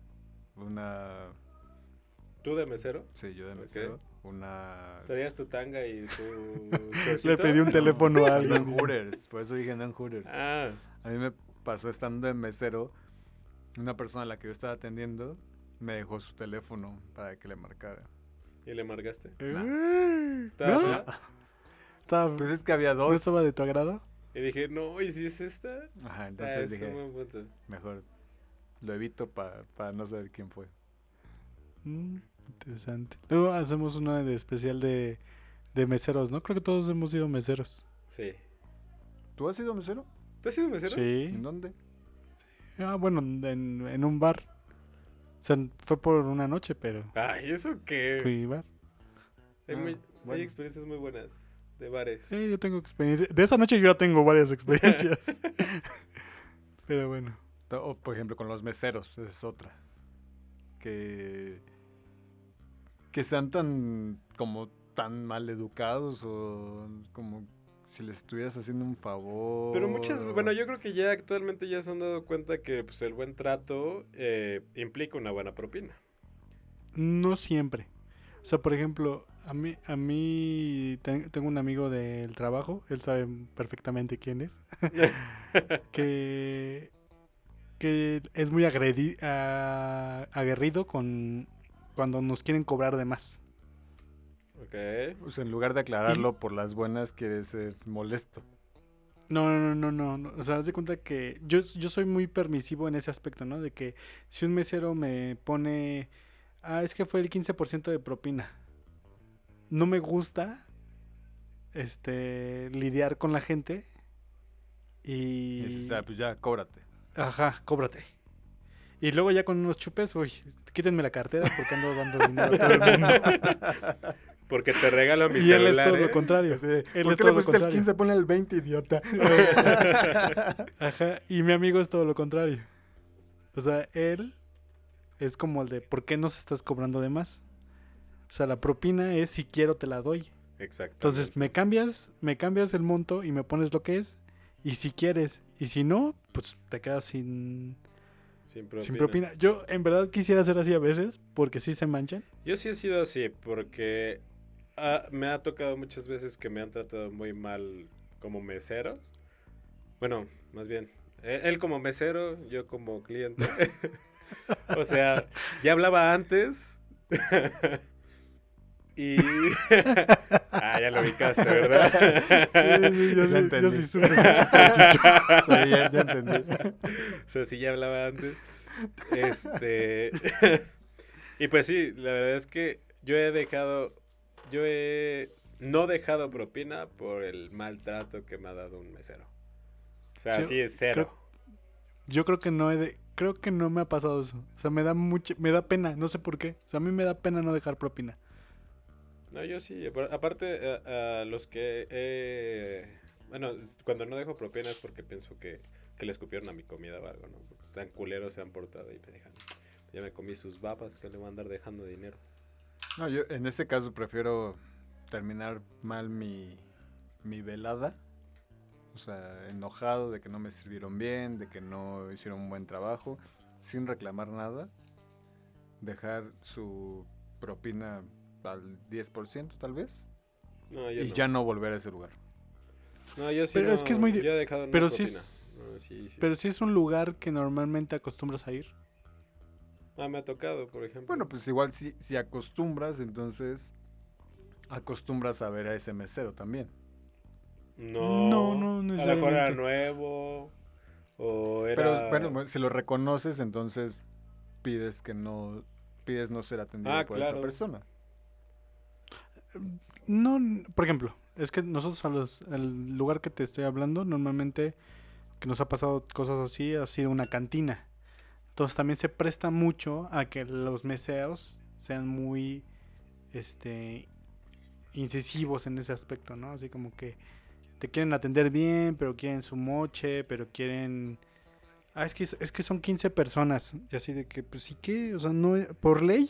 ¿Tú de mesero? sí, yo de Ok. mesero, ¿Traías tu tanga y tu Le shortcito? pedí un teléfono a No en alguien. Hooters, por eso dije no en Hooters. Ah, A mí me pasó estando de mesero, una persona a la que yo estaba atendiendo me dejó su teléfono para que le marcara. ¿y le marcaste? ¿No? ¿Estaba- Pues es que había ¿No dos. estaba de tu agrado? Y dije, no, ¿y si es esta? Ajá, Ah, entonces es un dije, buen punto. mejor lo evito para no saber quién fue. Interesante. Luego hacemos uno de especial de meseros, ¿no? Creo que todos hemos sido meseros. Sí. ¿Tú has sido mesero? ¿Tú has sido mesero? Sí. ¿En dónde? Ah, bueno, en un bar. O sea, fue por una noche, pero Ay, ¿eso qué? fui bar. Hay, Ah, hay bueno. experiencias muy buenas de bares. Sí, yo tengo experiencia. De esa noche yo ya tengo varias experiencias. Pero bueno. O, por ejemplo, con los meseros, esa es otra. Que sean tan mal educados o como si les estuvieras haciendo un favor. Pero bueno, yo creo que ya actualmente ya se han dado cuenta que pues, el buen trato implica una buena propina. No siempre. O sea, por ejemplo, a mí tengo un amigo del trabajo, él sabe perfectamente quién es, que es muy aguerrido cuando nos quieren cobrar de más. Ok. Pues en lugar de aclararlo por las buenas, quiere ser molesto. No. O sea, haz de cuenta que yo soy muy permisivo en ese aspecto, ¿no? De que si un mesero me pone, es que fue el 15% de propina. no me gusta lidiar con la gente Y dices, y pues ya, cóbrate. ajá, cóbrate. Y luego ya con unos chupes, uy, quítenme la cartera porque ando dando dinero a todo el mundo. Porque te regalo mi Y él es celular, todo ¿eh? lo contrario. Así, Él ¿por es qué todo le lo pusiste el contrario. 15? Ponle el 20, idiota. Ajá, y mi amigo es todo lo contrario. O sea, él es como el de, ¿por qué nos estás cobrando de más? O sea, la propina es si quiero te la doy. Exacto. Entonces, me cambias el monto y me pones lo que es. Y si quieres, y si no, pues te quedas sin propina. Yo en verdad quisiera ser así a veces, porque sí se manchan. Yo sí he sido así, porque me ha tocado muchas veces que me han tratado muy mal como meseros. Bueno, más bien, él como mesero, yo como cliente. O sea, ya hablaba antes. Y... ya lo ubicaste, ¿verdad? Sí, Ya entendí. yo sí supe ese chiste de Chicho. Sí, ya entendí. O sea, sí ya hablaba antes. Y pues sí, la verdad es que yo he no dejado propina por el maltrato que me ha dado un mesero. O sea, Yo así es cero. Yo creo que creo que no me ha pasado eso. O sea, me da pena, no sé por qué. O sea, a mí me da pena no dejar propina. No, yo sí. Aparte, a los que bueno, cuando no dejo propina es porque pienso que le escupieron a mi comida o algo, ¿no? Porque tan culeros se han portado y me dejan. Ya me comí sus babas, que le voy a andar dejando dinero. No, yo en este caso prefiero terminar mal mi velada. O sea, enojado de que no me sirvieron bien, de que no hicieron un buen trabajo, sin reclamar nada. Dejar su propina al 10% tal vez. No, yo Y no. ya no volver a ese lugar. No, yo sí Pero no, es que es muy yo he dejado una pero propina. sí No, es, sí. pero sí es un lugar que normalmente acostumbras a ir. Me ha tocado, por ejemplo. Bueno, pues igual si acostumbras, entonces acostumbras a ver a ese mesero también. No No, a lo mejor era necesariamente. nuevo o Pero era... bueno, si lo reconoces, entonces pides no ser atendido por esa claro. persona. No, por ejemplo, es que nosotros al lugar que te estoy hablando, normalmente que nos ha pasado cosas así, ha sido una cantina. Entonces también se presta mucho a que los meseros sean muy incisivos en ese aspecto, ¿no? Así como que te quieren atender bien, pero quieren su moche, pero quieren... es que son 15 personas. Y así de que, pues sí que, o sea, no, por ley,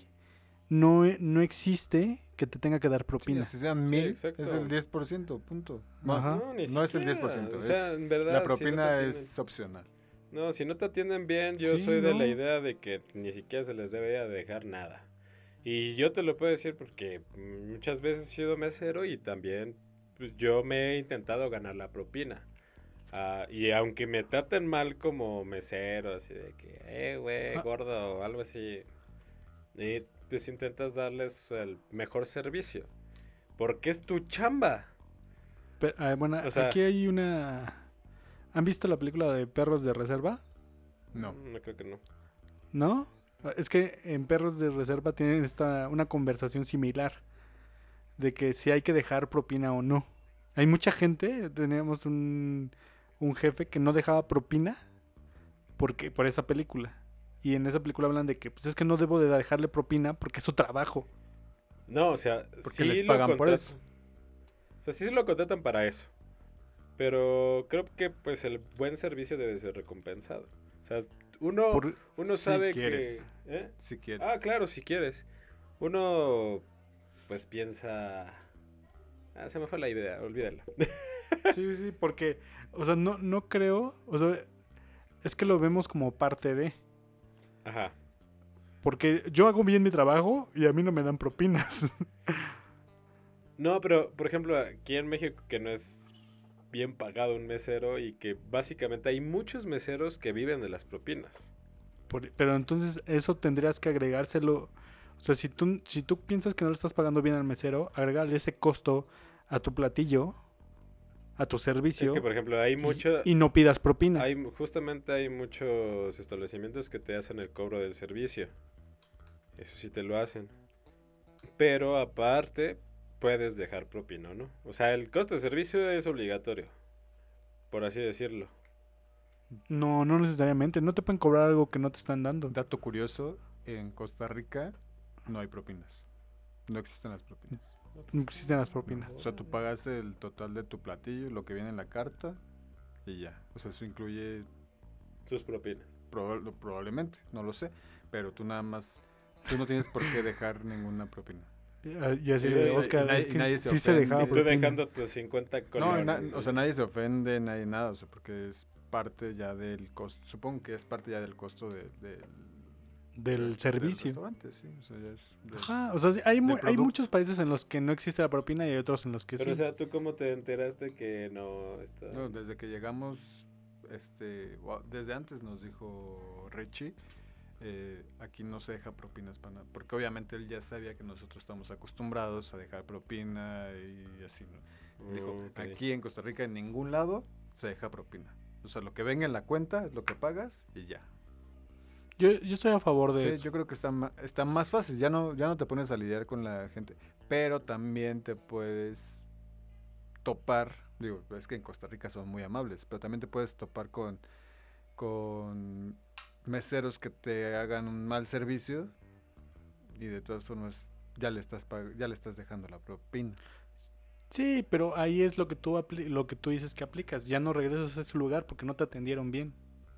no existe que te tenga que dar Sí, propina. si sean Sí, 1000, exacto. es el 10%, punto. Ajá. No, ni No es el siquiera. 10%, O sea, es, en verdad, la si no te propina atienden- es opcional. No, si no te atienden bien, yo Sí, soy de la no. idea de que ni siquiera se les debería dejar nada. Y yo te lo puedo decir porque muchas veces he sido mesero y también pues, yo me he intentado ganar la propina. Y aunque me traten mal como mesero, así de que, güey, Ah. gordo, o algo así, y pues intentas darles el mejor servicio. Porque es tu chamba. Bueno, O sea, aquí hay una... ¿Han visto la película de Perros de Reserva? No. No creo que no. ¿No? Es que en Perros de Reserva tienen una conversación similar de que si hay que dejar propina o no. Hay mucha gente, teníamos un jefe que no dejaba propina por esa película. Y en esa película hablan de que pues es que no debo de dejarle propina porque es su trabajo. No, o sea, Porque sí les lo pagan por eso. contratan. O sea, sí lo contratan para eso. Pero creo que pues el buen servicio debe ser recompensado. O sea, uno Si sabe quieres. que... ¿eh? Si quieres. Claro, si quieres. Uno pues piensa... se me fue la idea, olvídalo. Sí, porque, o sea, no creo, o sea, es que lo vemos como parte de... Ajá. Porque yo hago bien mi trabajo y a mí no me dan propinas. No, pero por ejemplo, aquí en México que no es bien pagado un mesero y que básicamente hay muchos meseros que viven de las propinas. Pero entonces eso tendrías que agregárselo. O sea, si tú piensas que no le estás pagando bien al mesero, agregale ese costo a tu platillo, a tu servicio, Es que por ejemplo hay mucho... y no pidas propina. Justamente hay muchos establecimientos que te hacen el cobro del servicio. Eso sí te lo hacen. Pero aparte, puedes dejar propina, ¿no? O sea, el costo de servicio es obligatorio, por así decirlo. No, no necesariamente. No te pueden cobrar algo que no te están dando. Dato curioso, en Costa Rica no hay propinas. No existen las propinas. No existen las propinas. O sea, tú pagas el total de tu platillo, lo que viene en la carta y ya. O sea, eso incluye Sus propinas. probablemente, no lo sé, pero tú nada más, tú no tienes por qué dejar ninguna propina. Y así Sí, de y Oscar, nadie- es que y nadie se sí se ofende. dejaba Y tú propina. dejando tus 50 No, colones. o sea, nadie se ofende, nadie nada, o sea, porque es parte ya del costo, supongo que es parte ya del costo Del servicio. restaurante, sí, o sea, ya es Ajá, o sea, sí, hay producto. muchos países en los que no existe la propina y hay otros en los que Pero, sí. o sea, ¿tú cómo te enteraste que no está? No, desde que llegamos, desde antes nos dijo Richie, aquí no se deja propinas para nada, porque obviamente él ya sabía que nosotros estamos acostumbrados a dejar propina y así, ¿no? Dijo, Ok. aquí en Costa Rica en ningún lado se deja propina. O sea, lo que venga en la cuenta es lo que pagas y ya. Yo estoy a favor de Sí, eso. yo creo que está más fácil, ya no te pones a lidiar con la gente, pero también te puedes topar, digo, es que en Costa Rica son muy amables, pero también te puedes topar con meseros que te hagan un mal servicio y de todas formas ya le estás dejando la propina. Sí, pero ahí es lo que lo que tú dices que aplicas. Ya no regresas a ese lugar porque no te atendieron bien.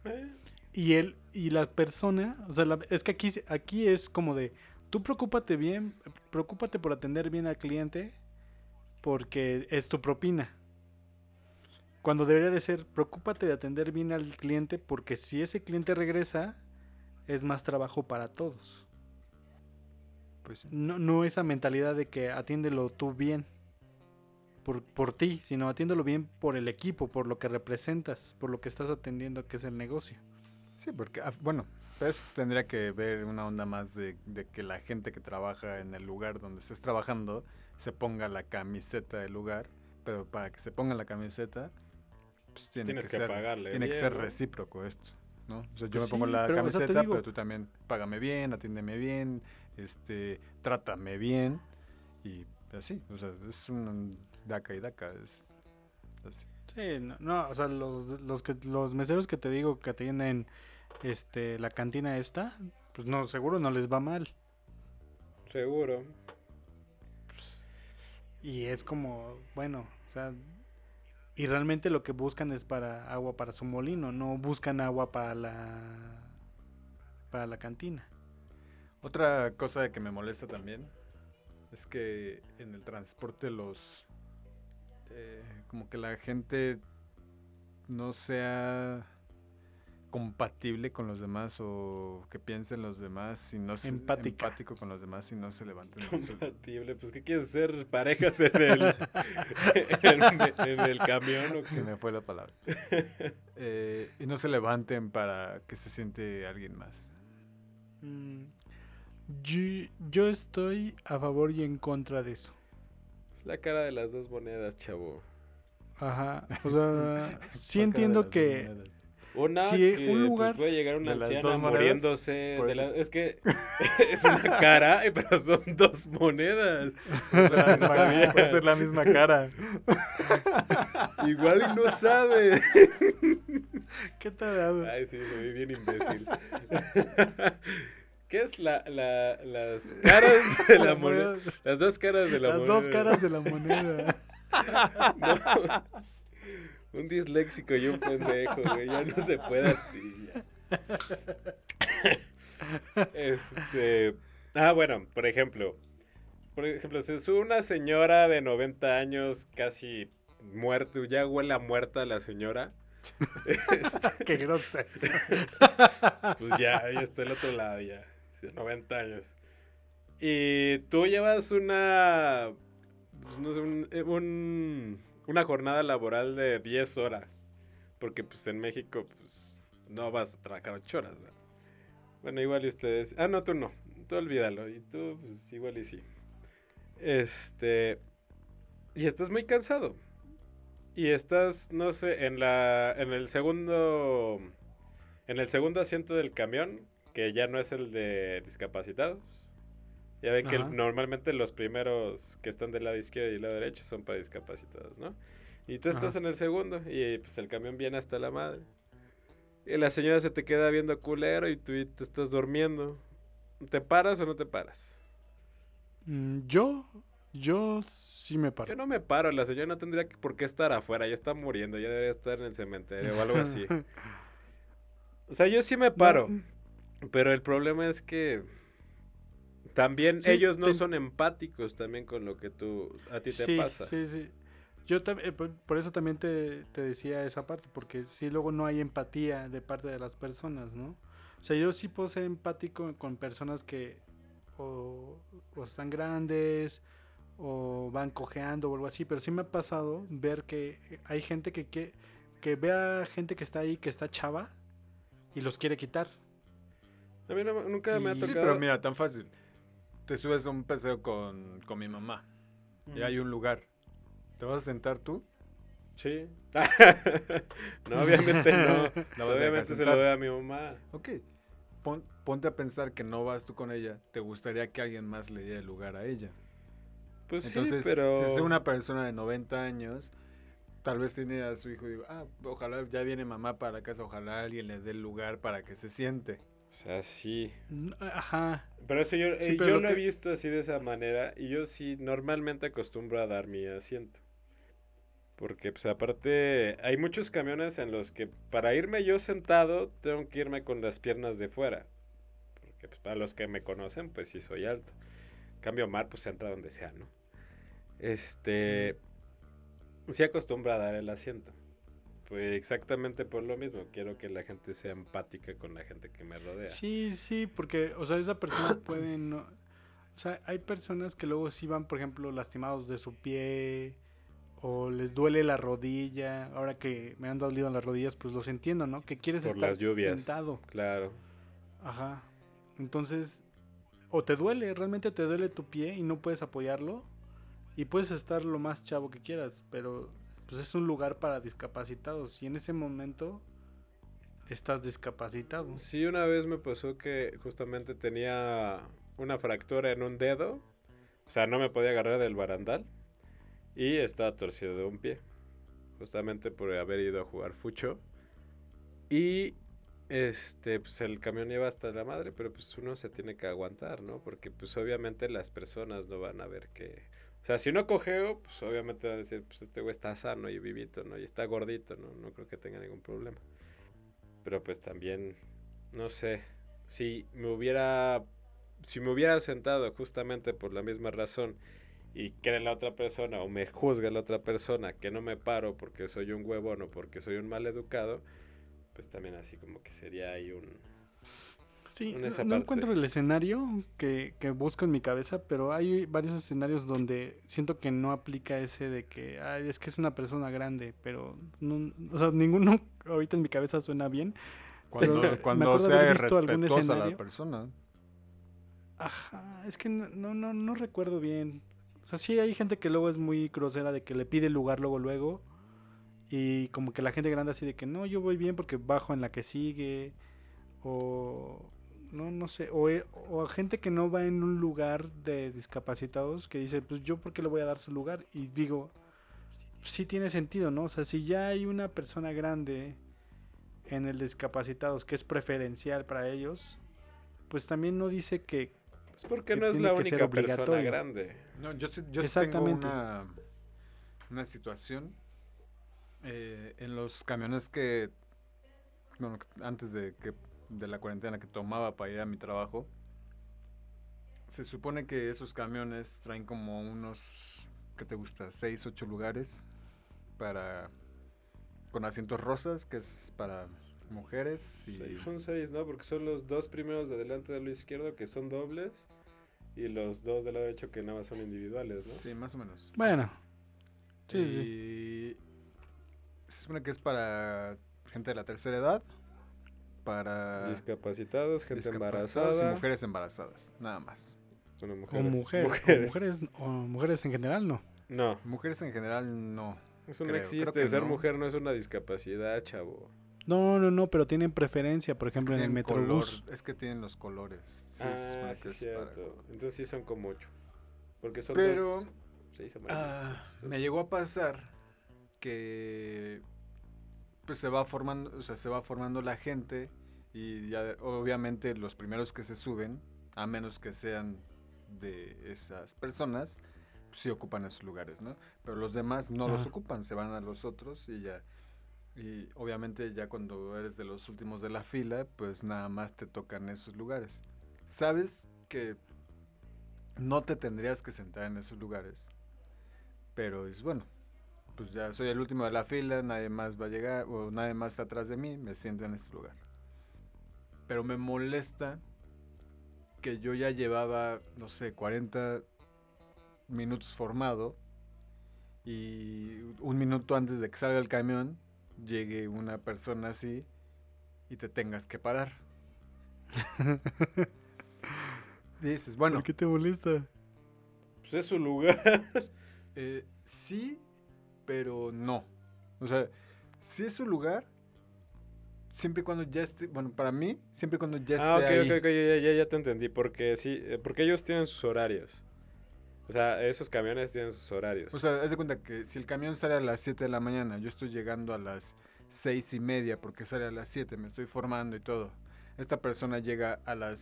Y la persona, o sea, es que aquí es como de, tú preocúpate por atender bien al cliente porque es tu propina. Cuando debería de ser, preocúpate de atender bien al cliente porque si ese cliente regresa, es más trabajo para todos. Pues sí. No esa mentalidad de que atiéndelo tú bien por ti, sino atiéndelo bien por el equipo, por lo que representas, por lo que estás atendiendo, que es el negocio. Sí, porque, bueno, pero eso tendría que ver una onda más de que la gente que trabaja en el lugar donde estés trabajando se ponga la camiseta del lugar, pero para que se ponga la camiseta, pues Tienes que pagarle tiene que bien, ser ¿no? recíproco esto, ¿no? O sea, yo Pues me pongo sí, la pero, o sea, te camiseta, digo- pero tú también págame bien, atiéndeme bien, trátame bien y así, o sea, es un daca y daca, es así. Sí, no, o sea, los meseros que te digo que atienden la cantina esta, pues no, seguro no les va mal. Seguro. Y es como, bueno, o sea, y realmente lo que buscan es para agua para su molino, no buscan agua para la cantina. Otra cosa que me molesta también es que en el transporte como que la gente no sea compatible con los demás o que piense en los demás y no Empática. empático con los demás y no se levanten de su... Compatible. Pues, ¿qué quieres ser? ¿Parejas en en el camión? ¿O Se qué? me fue la palabra. Y no se levanten para que se siente alguien más. Mm, yo estoy a favor y en contra de eso. Es la cara de las dos monedas, chavo. Ajá, o sea, sí ¿Cuál cara de entiendo las dos que monedas? Una Si que un pues, lugar puede llegar una de las anciana dos monedas, muriéndose. por eso. Es que es una cara, pero son dos monedas. Puede ser la misma cara. Igual y no sabe. ¿Qué tal? Ay, sí, me vi bien imbécil. ¿Qué es las caras de la moneda? Las dos caras de la Las moneda. dos caras de la moneda. No. Un disléxico y un pendejo, güey. Ya no se puede así. Bueno, por ejemplo, si es una señora de 90 años casi muerta, ya huele a muerta la señora. Qué grosero. Pues ya está el otro lado ya, 90 años. Y tú llevas una, pues, no sé, una jornada laboral de 10 horas. Porque pues en México pues no vas a trabajar 8 horas, ¿verdad? Bueno, igual y ustedes... Ah, no, tú no. Tú olvídalo. Y tú pues igual y sí. Y estás muy cansado. Y estás, no sé, en el segundo asiento del camión, que ya no es el de discapacitados. Ya ven que Ajá. normalmente los primeros que están del lado izquierdo y del lado derecho son para discapacitados, ¿no? Y tú estás Ajá. en el segundo y pues el camión viene hasta la madre. Y la señora se te queda viendo culero y tú te estás durmiendo. ¿Te paras o no te paras? Yo sí me paro. Yo no me paro, la señora no tendría por qué estar afuera, ya está muriendo, ya debería estar en el cementerio o algo así. O sea, yo sí me No, paro, pero el problema es que también sí, ellos no son empáticos también con lo que a ti te sí, pasa. sí, sí. Yo también, por eso también te decía esa parte, porque sí luego no hay empatía de parte de las personas, ¿no? O sea, yo sí puedo ser empático con personas que o están grandes o van cojeando o algo así, pero sí me ha pasado ver que hay gente que ve a gente que está ahí, que está chava y los quiere quitar. A mí nunca me ha Y Sí, pero tocado. mira, tan fácil. Te subes a un paseo con mi mamá y hay un lugar. ¿Te vas a sentar tú? Sí. No, obviamente no. La vas a dejar Obviamente se lo sentar. doy a mi mamá. Ok. Ponte a pensar que no vas tú con ella. Te gustaría que alguien más le diera el lugar a ella. Pues sí, Entonces, pero... si es una persona de 90 años, tal vez tiene a su hijo y digo, ojalá ya viene mamá para la casa, ojalá alguien le dé el lugar para que se siente. O sea, sí. Ajá. Pero eso yo, Sí, pero yo lo lo he que... visto así de esa manera y yo sí normalmente acostumbro a dar mi asiento. Porque pues aparte hay muchos camiones en los que para irme yo sentado tengo que irme con las piernas de fuera. Porque pues para los que me conocen pues sí soy alto. En cambio Omar pues entra donde sea, ¿no? Sí acostumbro a dar el asiento. Pues exactamente por lo mismo. Quiero que la gente sea empática con la gente que me rodea. Sí, sí, porque, o sea, esa persona puede no... O sea, hay personas que luego sí van, por ejemplo, lastimados de su pie o les duele la rodilla. Ahora que me han dolido las rodillas, pues los entiendo, ¿no? Que quieres Por estar las lluvias. sentado. Claro. Ajá. Entonces, o te duele, realmente te duele tu pie y no puedes apoyarlo. Y puedes estar lo más chavo que quieras, pero pues es un lugar para discapacitados. Y en ese momento estás discapacitado. Sí, una vez me pasó que justamente tenía una fractura en un dedo. O sea, no me podía agarrar del barandal. Y estaba torcido de un pie. Justamente por haber ido a jugar fucho. Y pues el camión iba hasta la madre, pero pues uno se tiene que aguantar, ¿no? Porque pues obviamente las personas no van a ver que... O sea, si uno cogeo, pues obviamente van a decir, pues este güey está sano y vivito, ¿no? Y está gordito, ¿no? No creo que tenga ningún problema. Pero pues también, no sé, si me hubiera sentado justamente por la misma razón y cree la otra persona o me juzga la otra persona que no me paro porque soy un huevón o porque soy un mal educado, pues también así como que sería ahí Sí, en esa no parte. encuentro el escenario que busco en mi cabeza, pero hay varios escenarios donde siento que no aplica ese de que ay, es que es una persona grande, pero no, o sea, ninguno ahorita en mi cabeza suena bien, pero me Cuando acuerdo sea haber visto algún irrespetuosa la escenario. persona. Ajá, es que no recuerdo bien. O sea, sí hay gente que luego es muy grosera de que le pide el lugar luego y como que la gente grande así de que no, yo voy bien porque bajo en la que sigue o no sé, o gente que no va en un lugar de discapacitados que dice, pues yo por qué le voy a dar su lugar y digo, sí tiene sentido, ¿no? O sea, si ya hay una persona grande en el discapacitados que es preferencial para ellos, pues también no dice Pues porque que no es tiene la que ser única persona obligatorio. grande. No, yo sí tengo Exactamente. una situación en los camiones que, bueno, antes de la cuarentena que tomaba para ir a mi trabajo. Se supone que esos camiones traen como unos, ¿qué te gusta? 6, 8 lugares para con asientos rosas, que es para mujeres y Son seis, ¿no? Porque son los dos primeros de delante del lado izquierdo que son dobles y los dos del lado derecho que nada más son individuales, ¿no? sí, más o menos. Bueno, sí. Y se supone que es para gente de la tercera edad, para Discapacitados, gente discapacitados y embarazada. mujeres embarazadas, nada más. Bueno, O mujeres en general, no. No, Mujeres en general no. eso no Creo existe. que Ser no. mujer no es una discapacidad, chavo. No, pero tienen preferencia, por ejemplo, en el Tienen color, Metrobús. es que tienen los colores. Sí, se Ah, supone sí, que es es para cierto. color. Entonces sí son como 8. Porque son Pero, dos. 6 amarillos. me llegó a pasar que pues se va formando, o sea, se va formando la gente y ya obviamente los primeros que se suben, a menos que sean de esas personas, pues, sí ocupan esos lugares, ¿no? Pero los demás no los Ah. ocupan, se van a los otros y ya. Y obviamente ya cuando eres de los últimos de la fila, pues nada más te tocan esos lugares. Sabes que no te tendrías que sentar en esos lugares, pero es bueno, pues ya soy el último de la fila, nadie más va a llegar o nadie más está atrás de mí, me siento en este lugar. Pero me molesta que yo ya llevaba, no sé, 40 minutos formado y un minuto antes de que salga el camión llegue una persona así y te tengas que parar. Dices, bueno, ¿Por qué te molesta? Pues es su lugar. sí, pero no. O sea, sí es su lugar, siempre y cuando ya esté, bueno, para mí, siempre y cuando ya esté Ok, ahí. ok, ya te entendí. Porque sí, porque ellos tienen sus horarios. O sea, esos camiones tienen sus horarios. O sea, haz de cuenta que si el camión sale a las 7 de la mañana, yo estoy llegando a las 6:30 porque sale a las 7, me estoy formando y todo. Esta persona llega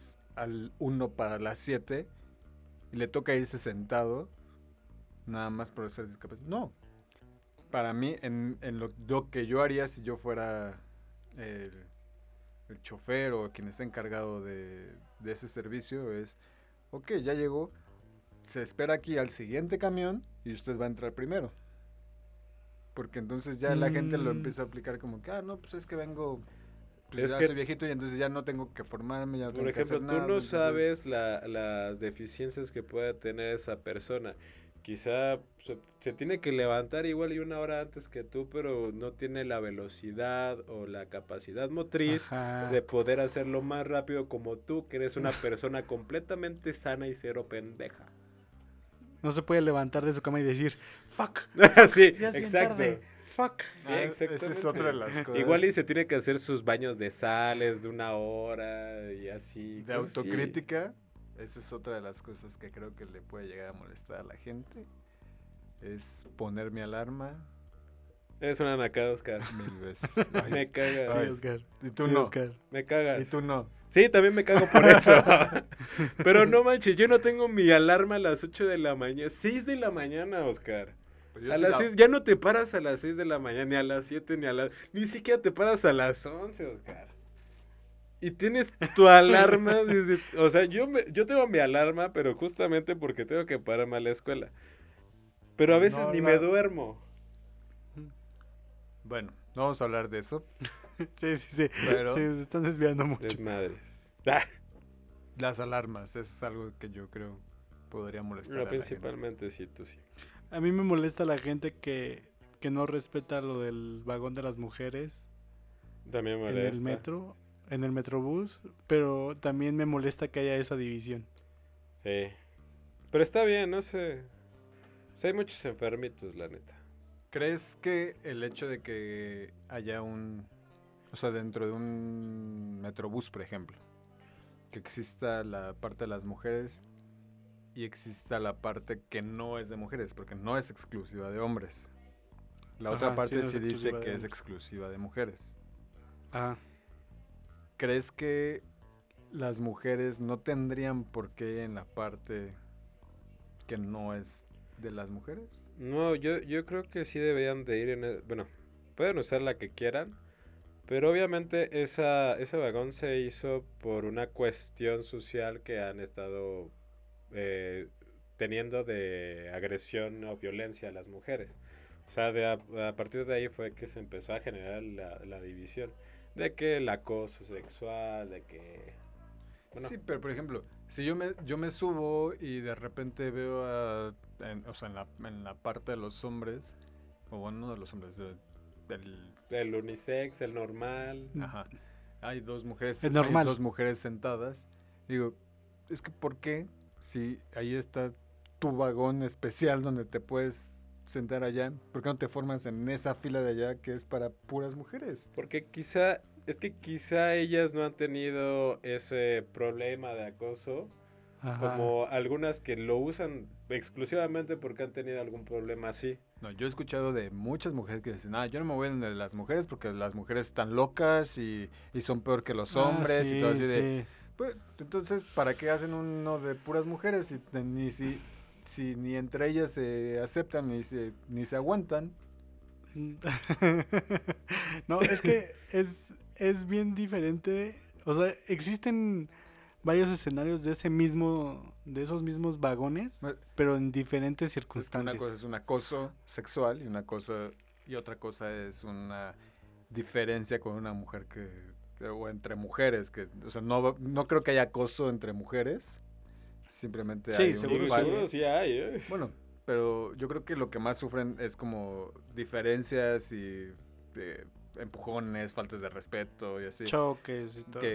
al 1 para las 7 y le toca irse sentado, nada más por ser discapacitado. No, para mí, en lo que yo haría si yo fuera el, el chofer o quien está encargado de ese servicio es, ok, ya llegó, se espera aquí al siguiente camión y usted va a entrar primero. Porque entonces ya la gente lo empieza a aplicar como que, no, pues es que vengo, pues Es ya que, soy viejito y entonces ya no tengo que formarme, ya no por tengo que hacer ejemplo, tú nada. no Entonces, sabes las deficiencias que pueda tener esa persona. Quizá se tiene que levantar igual y una hora antes que tú, pero no tiene la velocidad o la capacidad motriz Ajá. de poder hacerlo más rápido como tú, que eres una persona completamente sana y cero pendeja. No se puede levantar de su cama y decir, fuck, Sí, ya es bien exacto. tarde, fuck. Sí, esa es otra de las cosas. Igual y se tiene que hacer sus baños de sales de una hora y así. De cosas así. autocrítica, esa es otra de las cosas que creo que le puede llegar a molestar a la gente. Es poner mi alarma Es una nacada, Oscar. 1000 veces. Me cagas. Sí, Ay. Oscar. Y tú Sí, no. Oscar. Me cagas. Y tú no. Sí, también me cago por eso. Pero no manches, yo no tengo mi alarma a las 8 de la mañana. 6 de la mañana, Oscar. Pero yo A sí las la- 6, ya no te paras a las 6 de la mañana, ni a las 7, ni siquiera te paras a las 11, Oscar. Y tienes tu alarma o sea, yo tengo mi alarma, pero justamente porque tengo que pararme a la escuela. Pero a veces No ni la- me duermo. Bueno, no vamos a hablar de eso, Sí. pero Sí, se están desviando mucho. Desmadres. Ah, las alarmas es algo que yo creo podría molestar no, a la gente. principalmente sí, tú sí. A mí me molesta la gente que no respeta lo del vagón de las mujeres También me en molesta. el metro, en el metrobús, pero también me molesta que haya esa división. Sí. Pero está bien, no sé. Sí, hay muchos enfermitos, la neta. ¿Crees que el hecho de que haya o sea, dentro de un metrobús, por ejemplo, que exista la parte de las mujeres y exista la parte que no es de mujeres, porque no es exclusiva de hombres? La Ajá, otra sí, parte no es sí dice exclusiva de que es hombres. exclusiva de mujeres. Ajá. ¿Crees que las mujeres no tendrían por qué ir en la parte que no es de las mujeres? No, yo creo que sí deberían de ir bueno, pueden usar la que quieran, pero obviamente ese vagón se hizo por una cuestión social que han estado teniendo de agresión o violencia a las mujeres. O sea, a partir de ahí fue que se empezó a generar la división de que el acoso sexual, de que... Bueno, Sí, pero por ejemplo, si yo me subo y de repente veo o sea, en la parte de los hombres, o bueno, no de los hombres, del... el unisex, el normal. Ajá. Hay dos mujeres, Es normal. hay dos mujeres sentadas. Digo, es que ¿por qué si ahí está tu vagón especial donde te puedes sentar allá? ¿Por qué no te formas en esa fila de allá que es para puras mujeres? Porque quizá ellas no han tenido ese problema de acoso, Ajá. como algunas que lo usan exclusivamente porque han tenido algún problema así. No, yo he escuchado de muchas mujeres que dicen, yo no me voy donde las mujeres porque las mujeres están locas y son peor que los hombres y todo así de... Pues, entonces, ¿para qué hacen uno de puras mujeres si ni entre ellas se aceptan ni se aguantan? No, es que es bien diferente. O sea, existen varios escenarios de de esos mismos vagones, pero en diferentes Una circunstancias. cosa es un acoso sexual y otra cosa es una diferencia con una mujer o entre mujeres o sea, no creo que haya acoso entre mujeres. Simplemente Sí, hay seguro sí. Seguro sí hay, ¿eh? Bueno, pero yo creo que lo que más sufren es como diferencias y empujones, faltas de respeto y así. Choques y todo.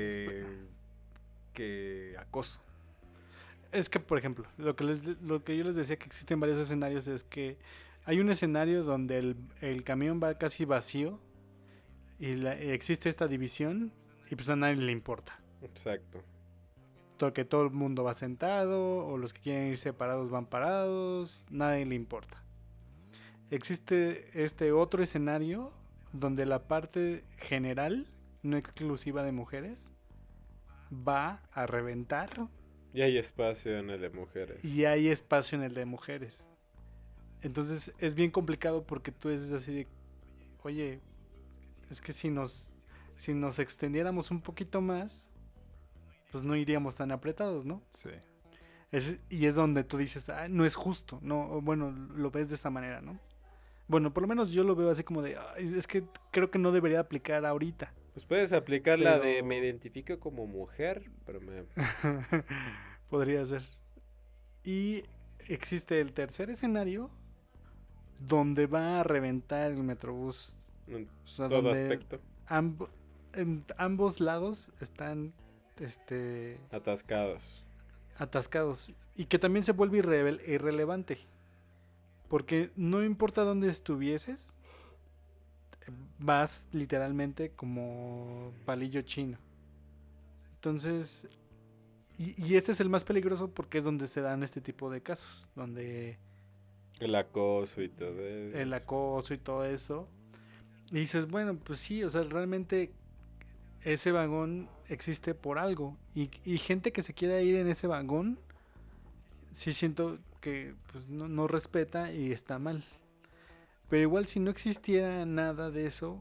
Que acoso. Es que, por ejemplo, lo que yo les decía que existen varios escenarios es que hay un escenario donde el camión va casi vacío y existe esta división y pues a nadie le importa. Exacto. Que todo el mundo va sentado o los que quieren ir separados van parados, nadie le importa. Existe este otro escenario donde la parte general, no exclusiva de mujeres, va a reventar Y hay espacio en el de mujeres. y hay espacio en el de mujeres. Entonces es bien complicado porque tú dices así de, oye, es que si nos extendiéramos un poquito más, pues no iríamos tan apretados, ¿no? Sí. Y es donde tú dices, no es justo, no, bueno, lo ves de esta manera, ¿no? Bueno, por lo menos yo lo veo así como de, es que creo que no debería aplicar ahorita. Pues puedes aplicar la de Pero- me identifico como mujer, pero Podría ser. Y existe el tercer escenario donde va a reventar el Metrobús. en O sea, todo donde aspecto. en ambos lados están Atascados. atascados. Y que también se vuelve irrelevante. Porque no importa dónde estuvieses, vas literalmente como palillo chino. Entonces, y este es el más peligroso porque es donde se dan este tipo de casos, donde El acoso y todo eso. el acoso y todo eso. Y dices, bueno, pues sí, o sea, realmente ese vagón existe por algo. Y gente que se quiera ir en ese vagón, sí siento que pues, no respeta y está mal. Pero igual si no existiera nada de eso,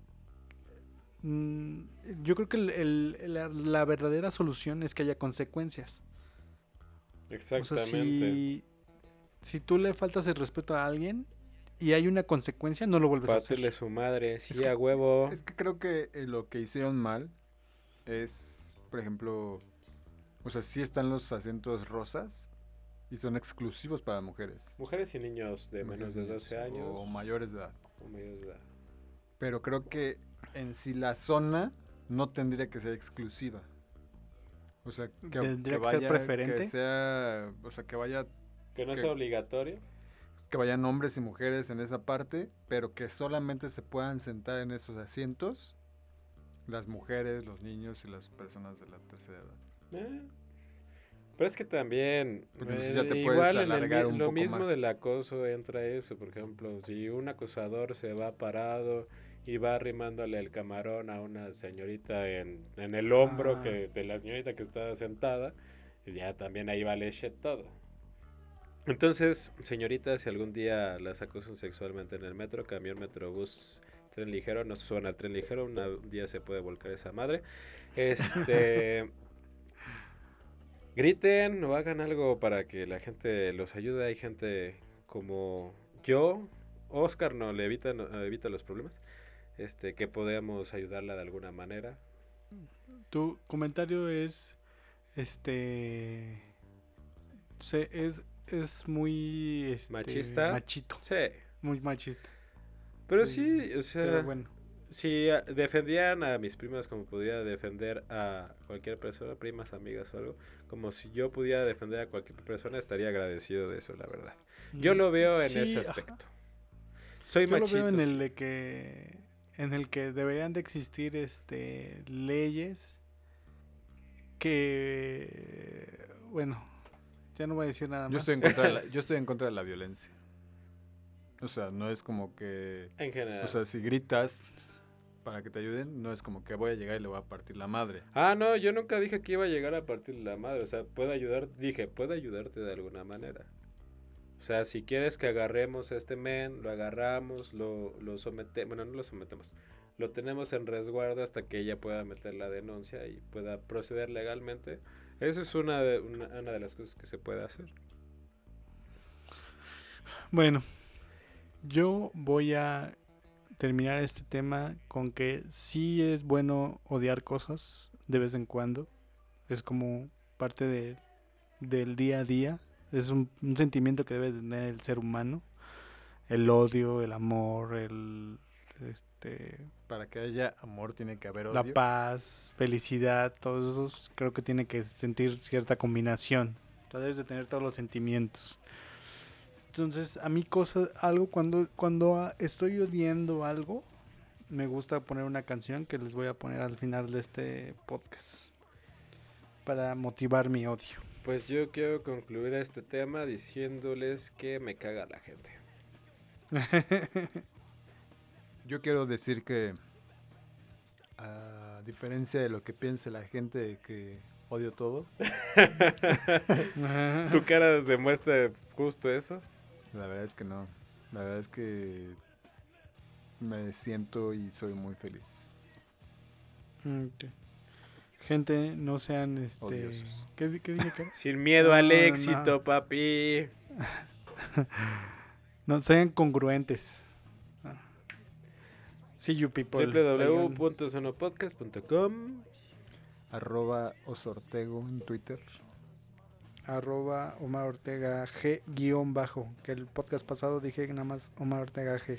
yo creo que la verdadera solución es que haya consecuencias. O sea, Exactamente. si tú le faltas el respeto a alguien y hay una consecuencia, no lo vuelves a Pátele hacer. su madre, sí, Es que- a huevo. Es que creo que lo que hicieron mal es, por ejemplo, o sea, sí están los asientos rosas y son exclusivos para mujeres. Mujeres y niños de menos de 12 años. O mayores de edad. o mayores de edad. Pero creo que en sí la zona no tendría que ser exclusiva. O sea, Tendría que ser preferente. Que sea, o sea, Que no Que- sea obligatorio. que vayan hombres y mujeres en esa parte, pero que solamente se puedan sentar en esos asientos las mujeres, los niños y las personas de la tercera edad. Pero es que también, Porque entonces ya te puedes igual en alargar un lo poco mismo más. del acoso entra eso. Por ejemplo, si un acosador se va parado y va arrimándole el camarón a una señorita en el hombro de la señorita que está sentada, y ya también ahí vale shit todo. Entonces, señoritas, si algún día las acosan sexualmente en el metro, camión, metrobús, tren ligero, no se suban al tren ligero, un día se puede volcar esa madre. Griten o hagan algo para que la gente los ayude. Hay gente como yo, Oscar no le evita los problemas, que podemos ayudarla de alguna manera. Tu comentario es, es muy, ¿Machista? machito, Sí, muy machista. pero Sí, sí, o sea, Pero bueno, si defendían a mis primas como podía defender a cualquier persona, primas, amigas o algo, como si yo pudiera defender a cualquier persona, estaría agradecido de eso, la verdad. Yo lo veo en sí, ese ajá. aspecto. Soy Yo lo machito. veo en el que deberían de existir leyes que, bueno, ya no voy a decir nada Yo más. estoy en contra de la, yo estoy en contra de la violencia. O sea, no es como que... En general. O sea, si gritas para que te ayuden, no es como que voy a llegar y le voy a partir la madre. No, yo nunca dije que iba a llegar a partir la madre. O sea, puedo ayudarte de alguna manera. O sea, si quieres que agarremos a este men, lo agarramos, lo sometemos. Bueno, no lo sometemos. Lo tenemos en resguardo hasta que ella pueda meter la denuncia y pueda proceder legalmente. Esa es una de las cosas que se puede hacer. Bueno, yo voy a terminar este tema con que sí es bueno odiar cosas de vez en cuando. Es como parte del día a día. Es un sentimiento que debe tener el ser humano. El odio, el amor, Para que haya amor tiene que haber la odio. paz, felicidad, todos esos creo que tiene que sentir cierta combinación. O sea, debes de tener todos los sentimientos. Entonces, a mí cuando estoy odiando algo, me gusta poner una canción que les voy a poner al final de este podcast para motivar mi odio. Pues yo quiero concluir este tema diciéndoles que me caga la gente. Yo quiero decir que, a diferencia de lo que piense la gente que odio todo, Tu cara demuestra justo eso. la verdad es que no. La verdad es que me siento y soy muy feliz. Ok. Gente, no sean Odiosos. ¿Qué dije que era? Sin miedo al No, éxito, no. papi. No sean congruentes. See you people. www.sonopodcast.com @osortego en Twitter. @Omar Ortega G_ que el podcast pasado dije nada más Omar Ortega G.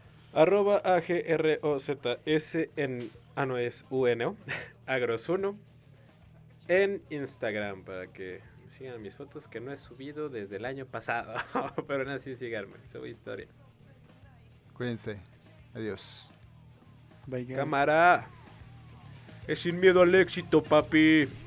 @AGROZS no es UNO, Agrosuno, en Instagram para que sigan mis fotos que no he subido desde el año pasado, pero aún así síganme, subo historia. Cuídense. Adiós. Bye, guys. Cámara, es sin miedo al éxito, papi.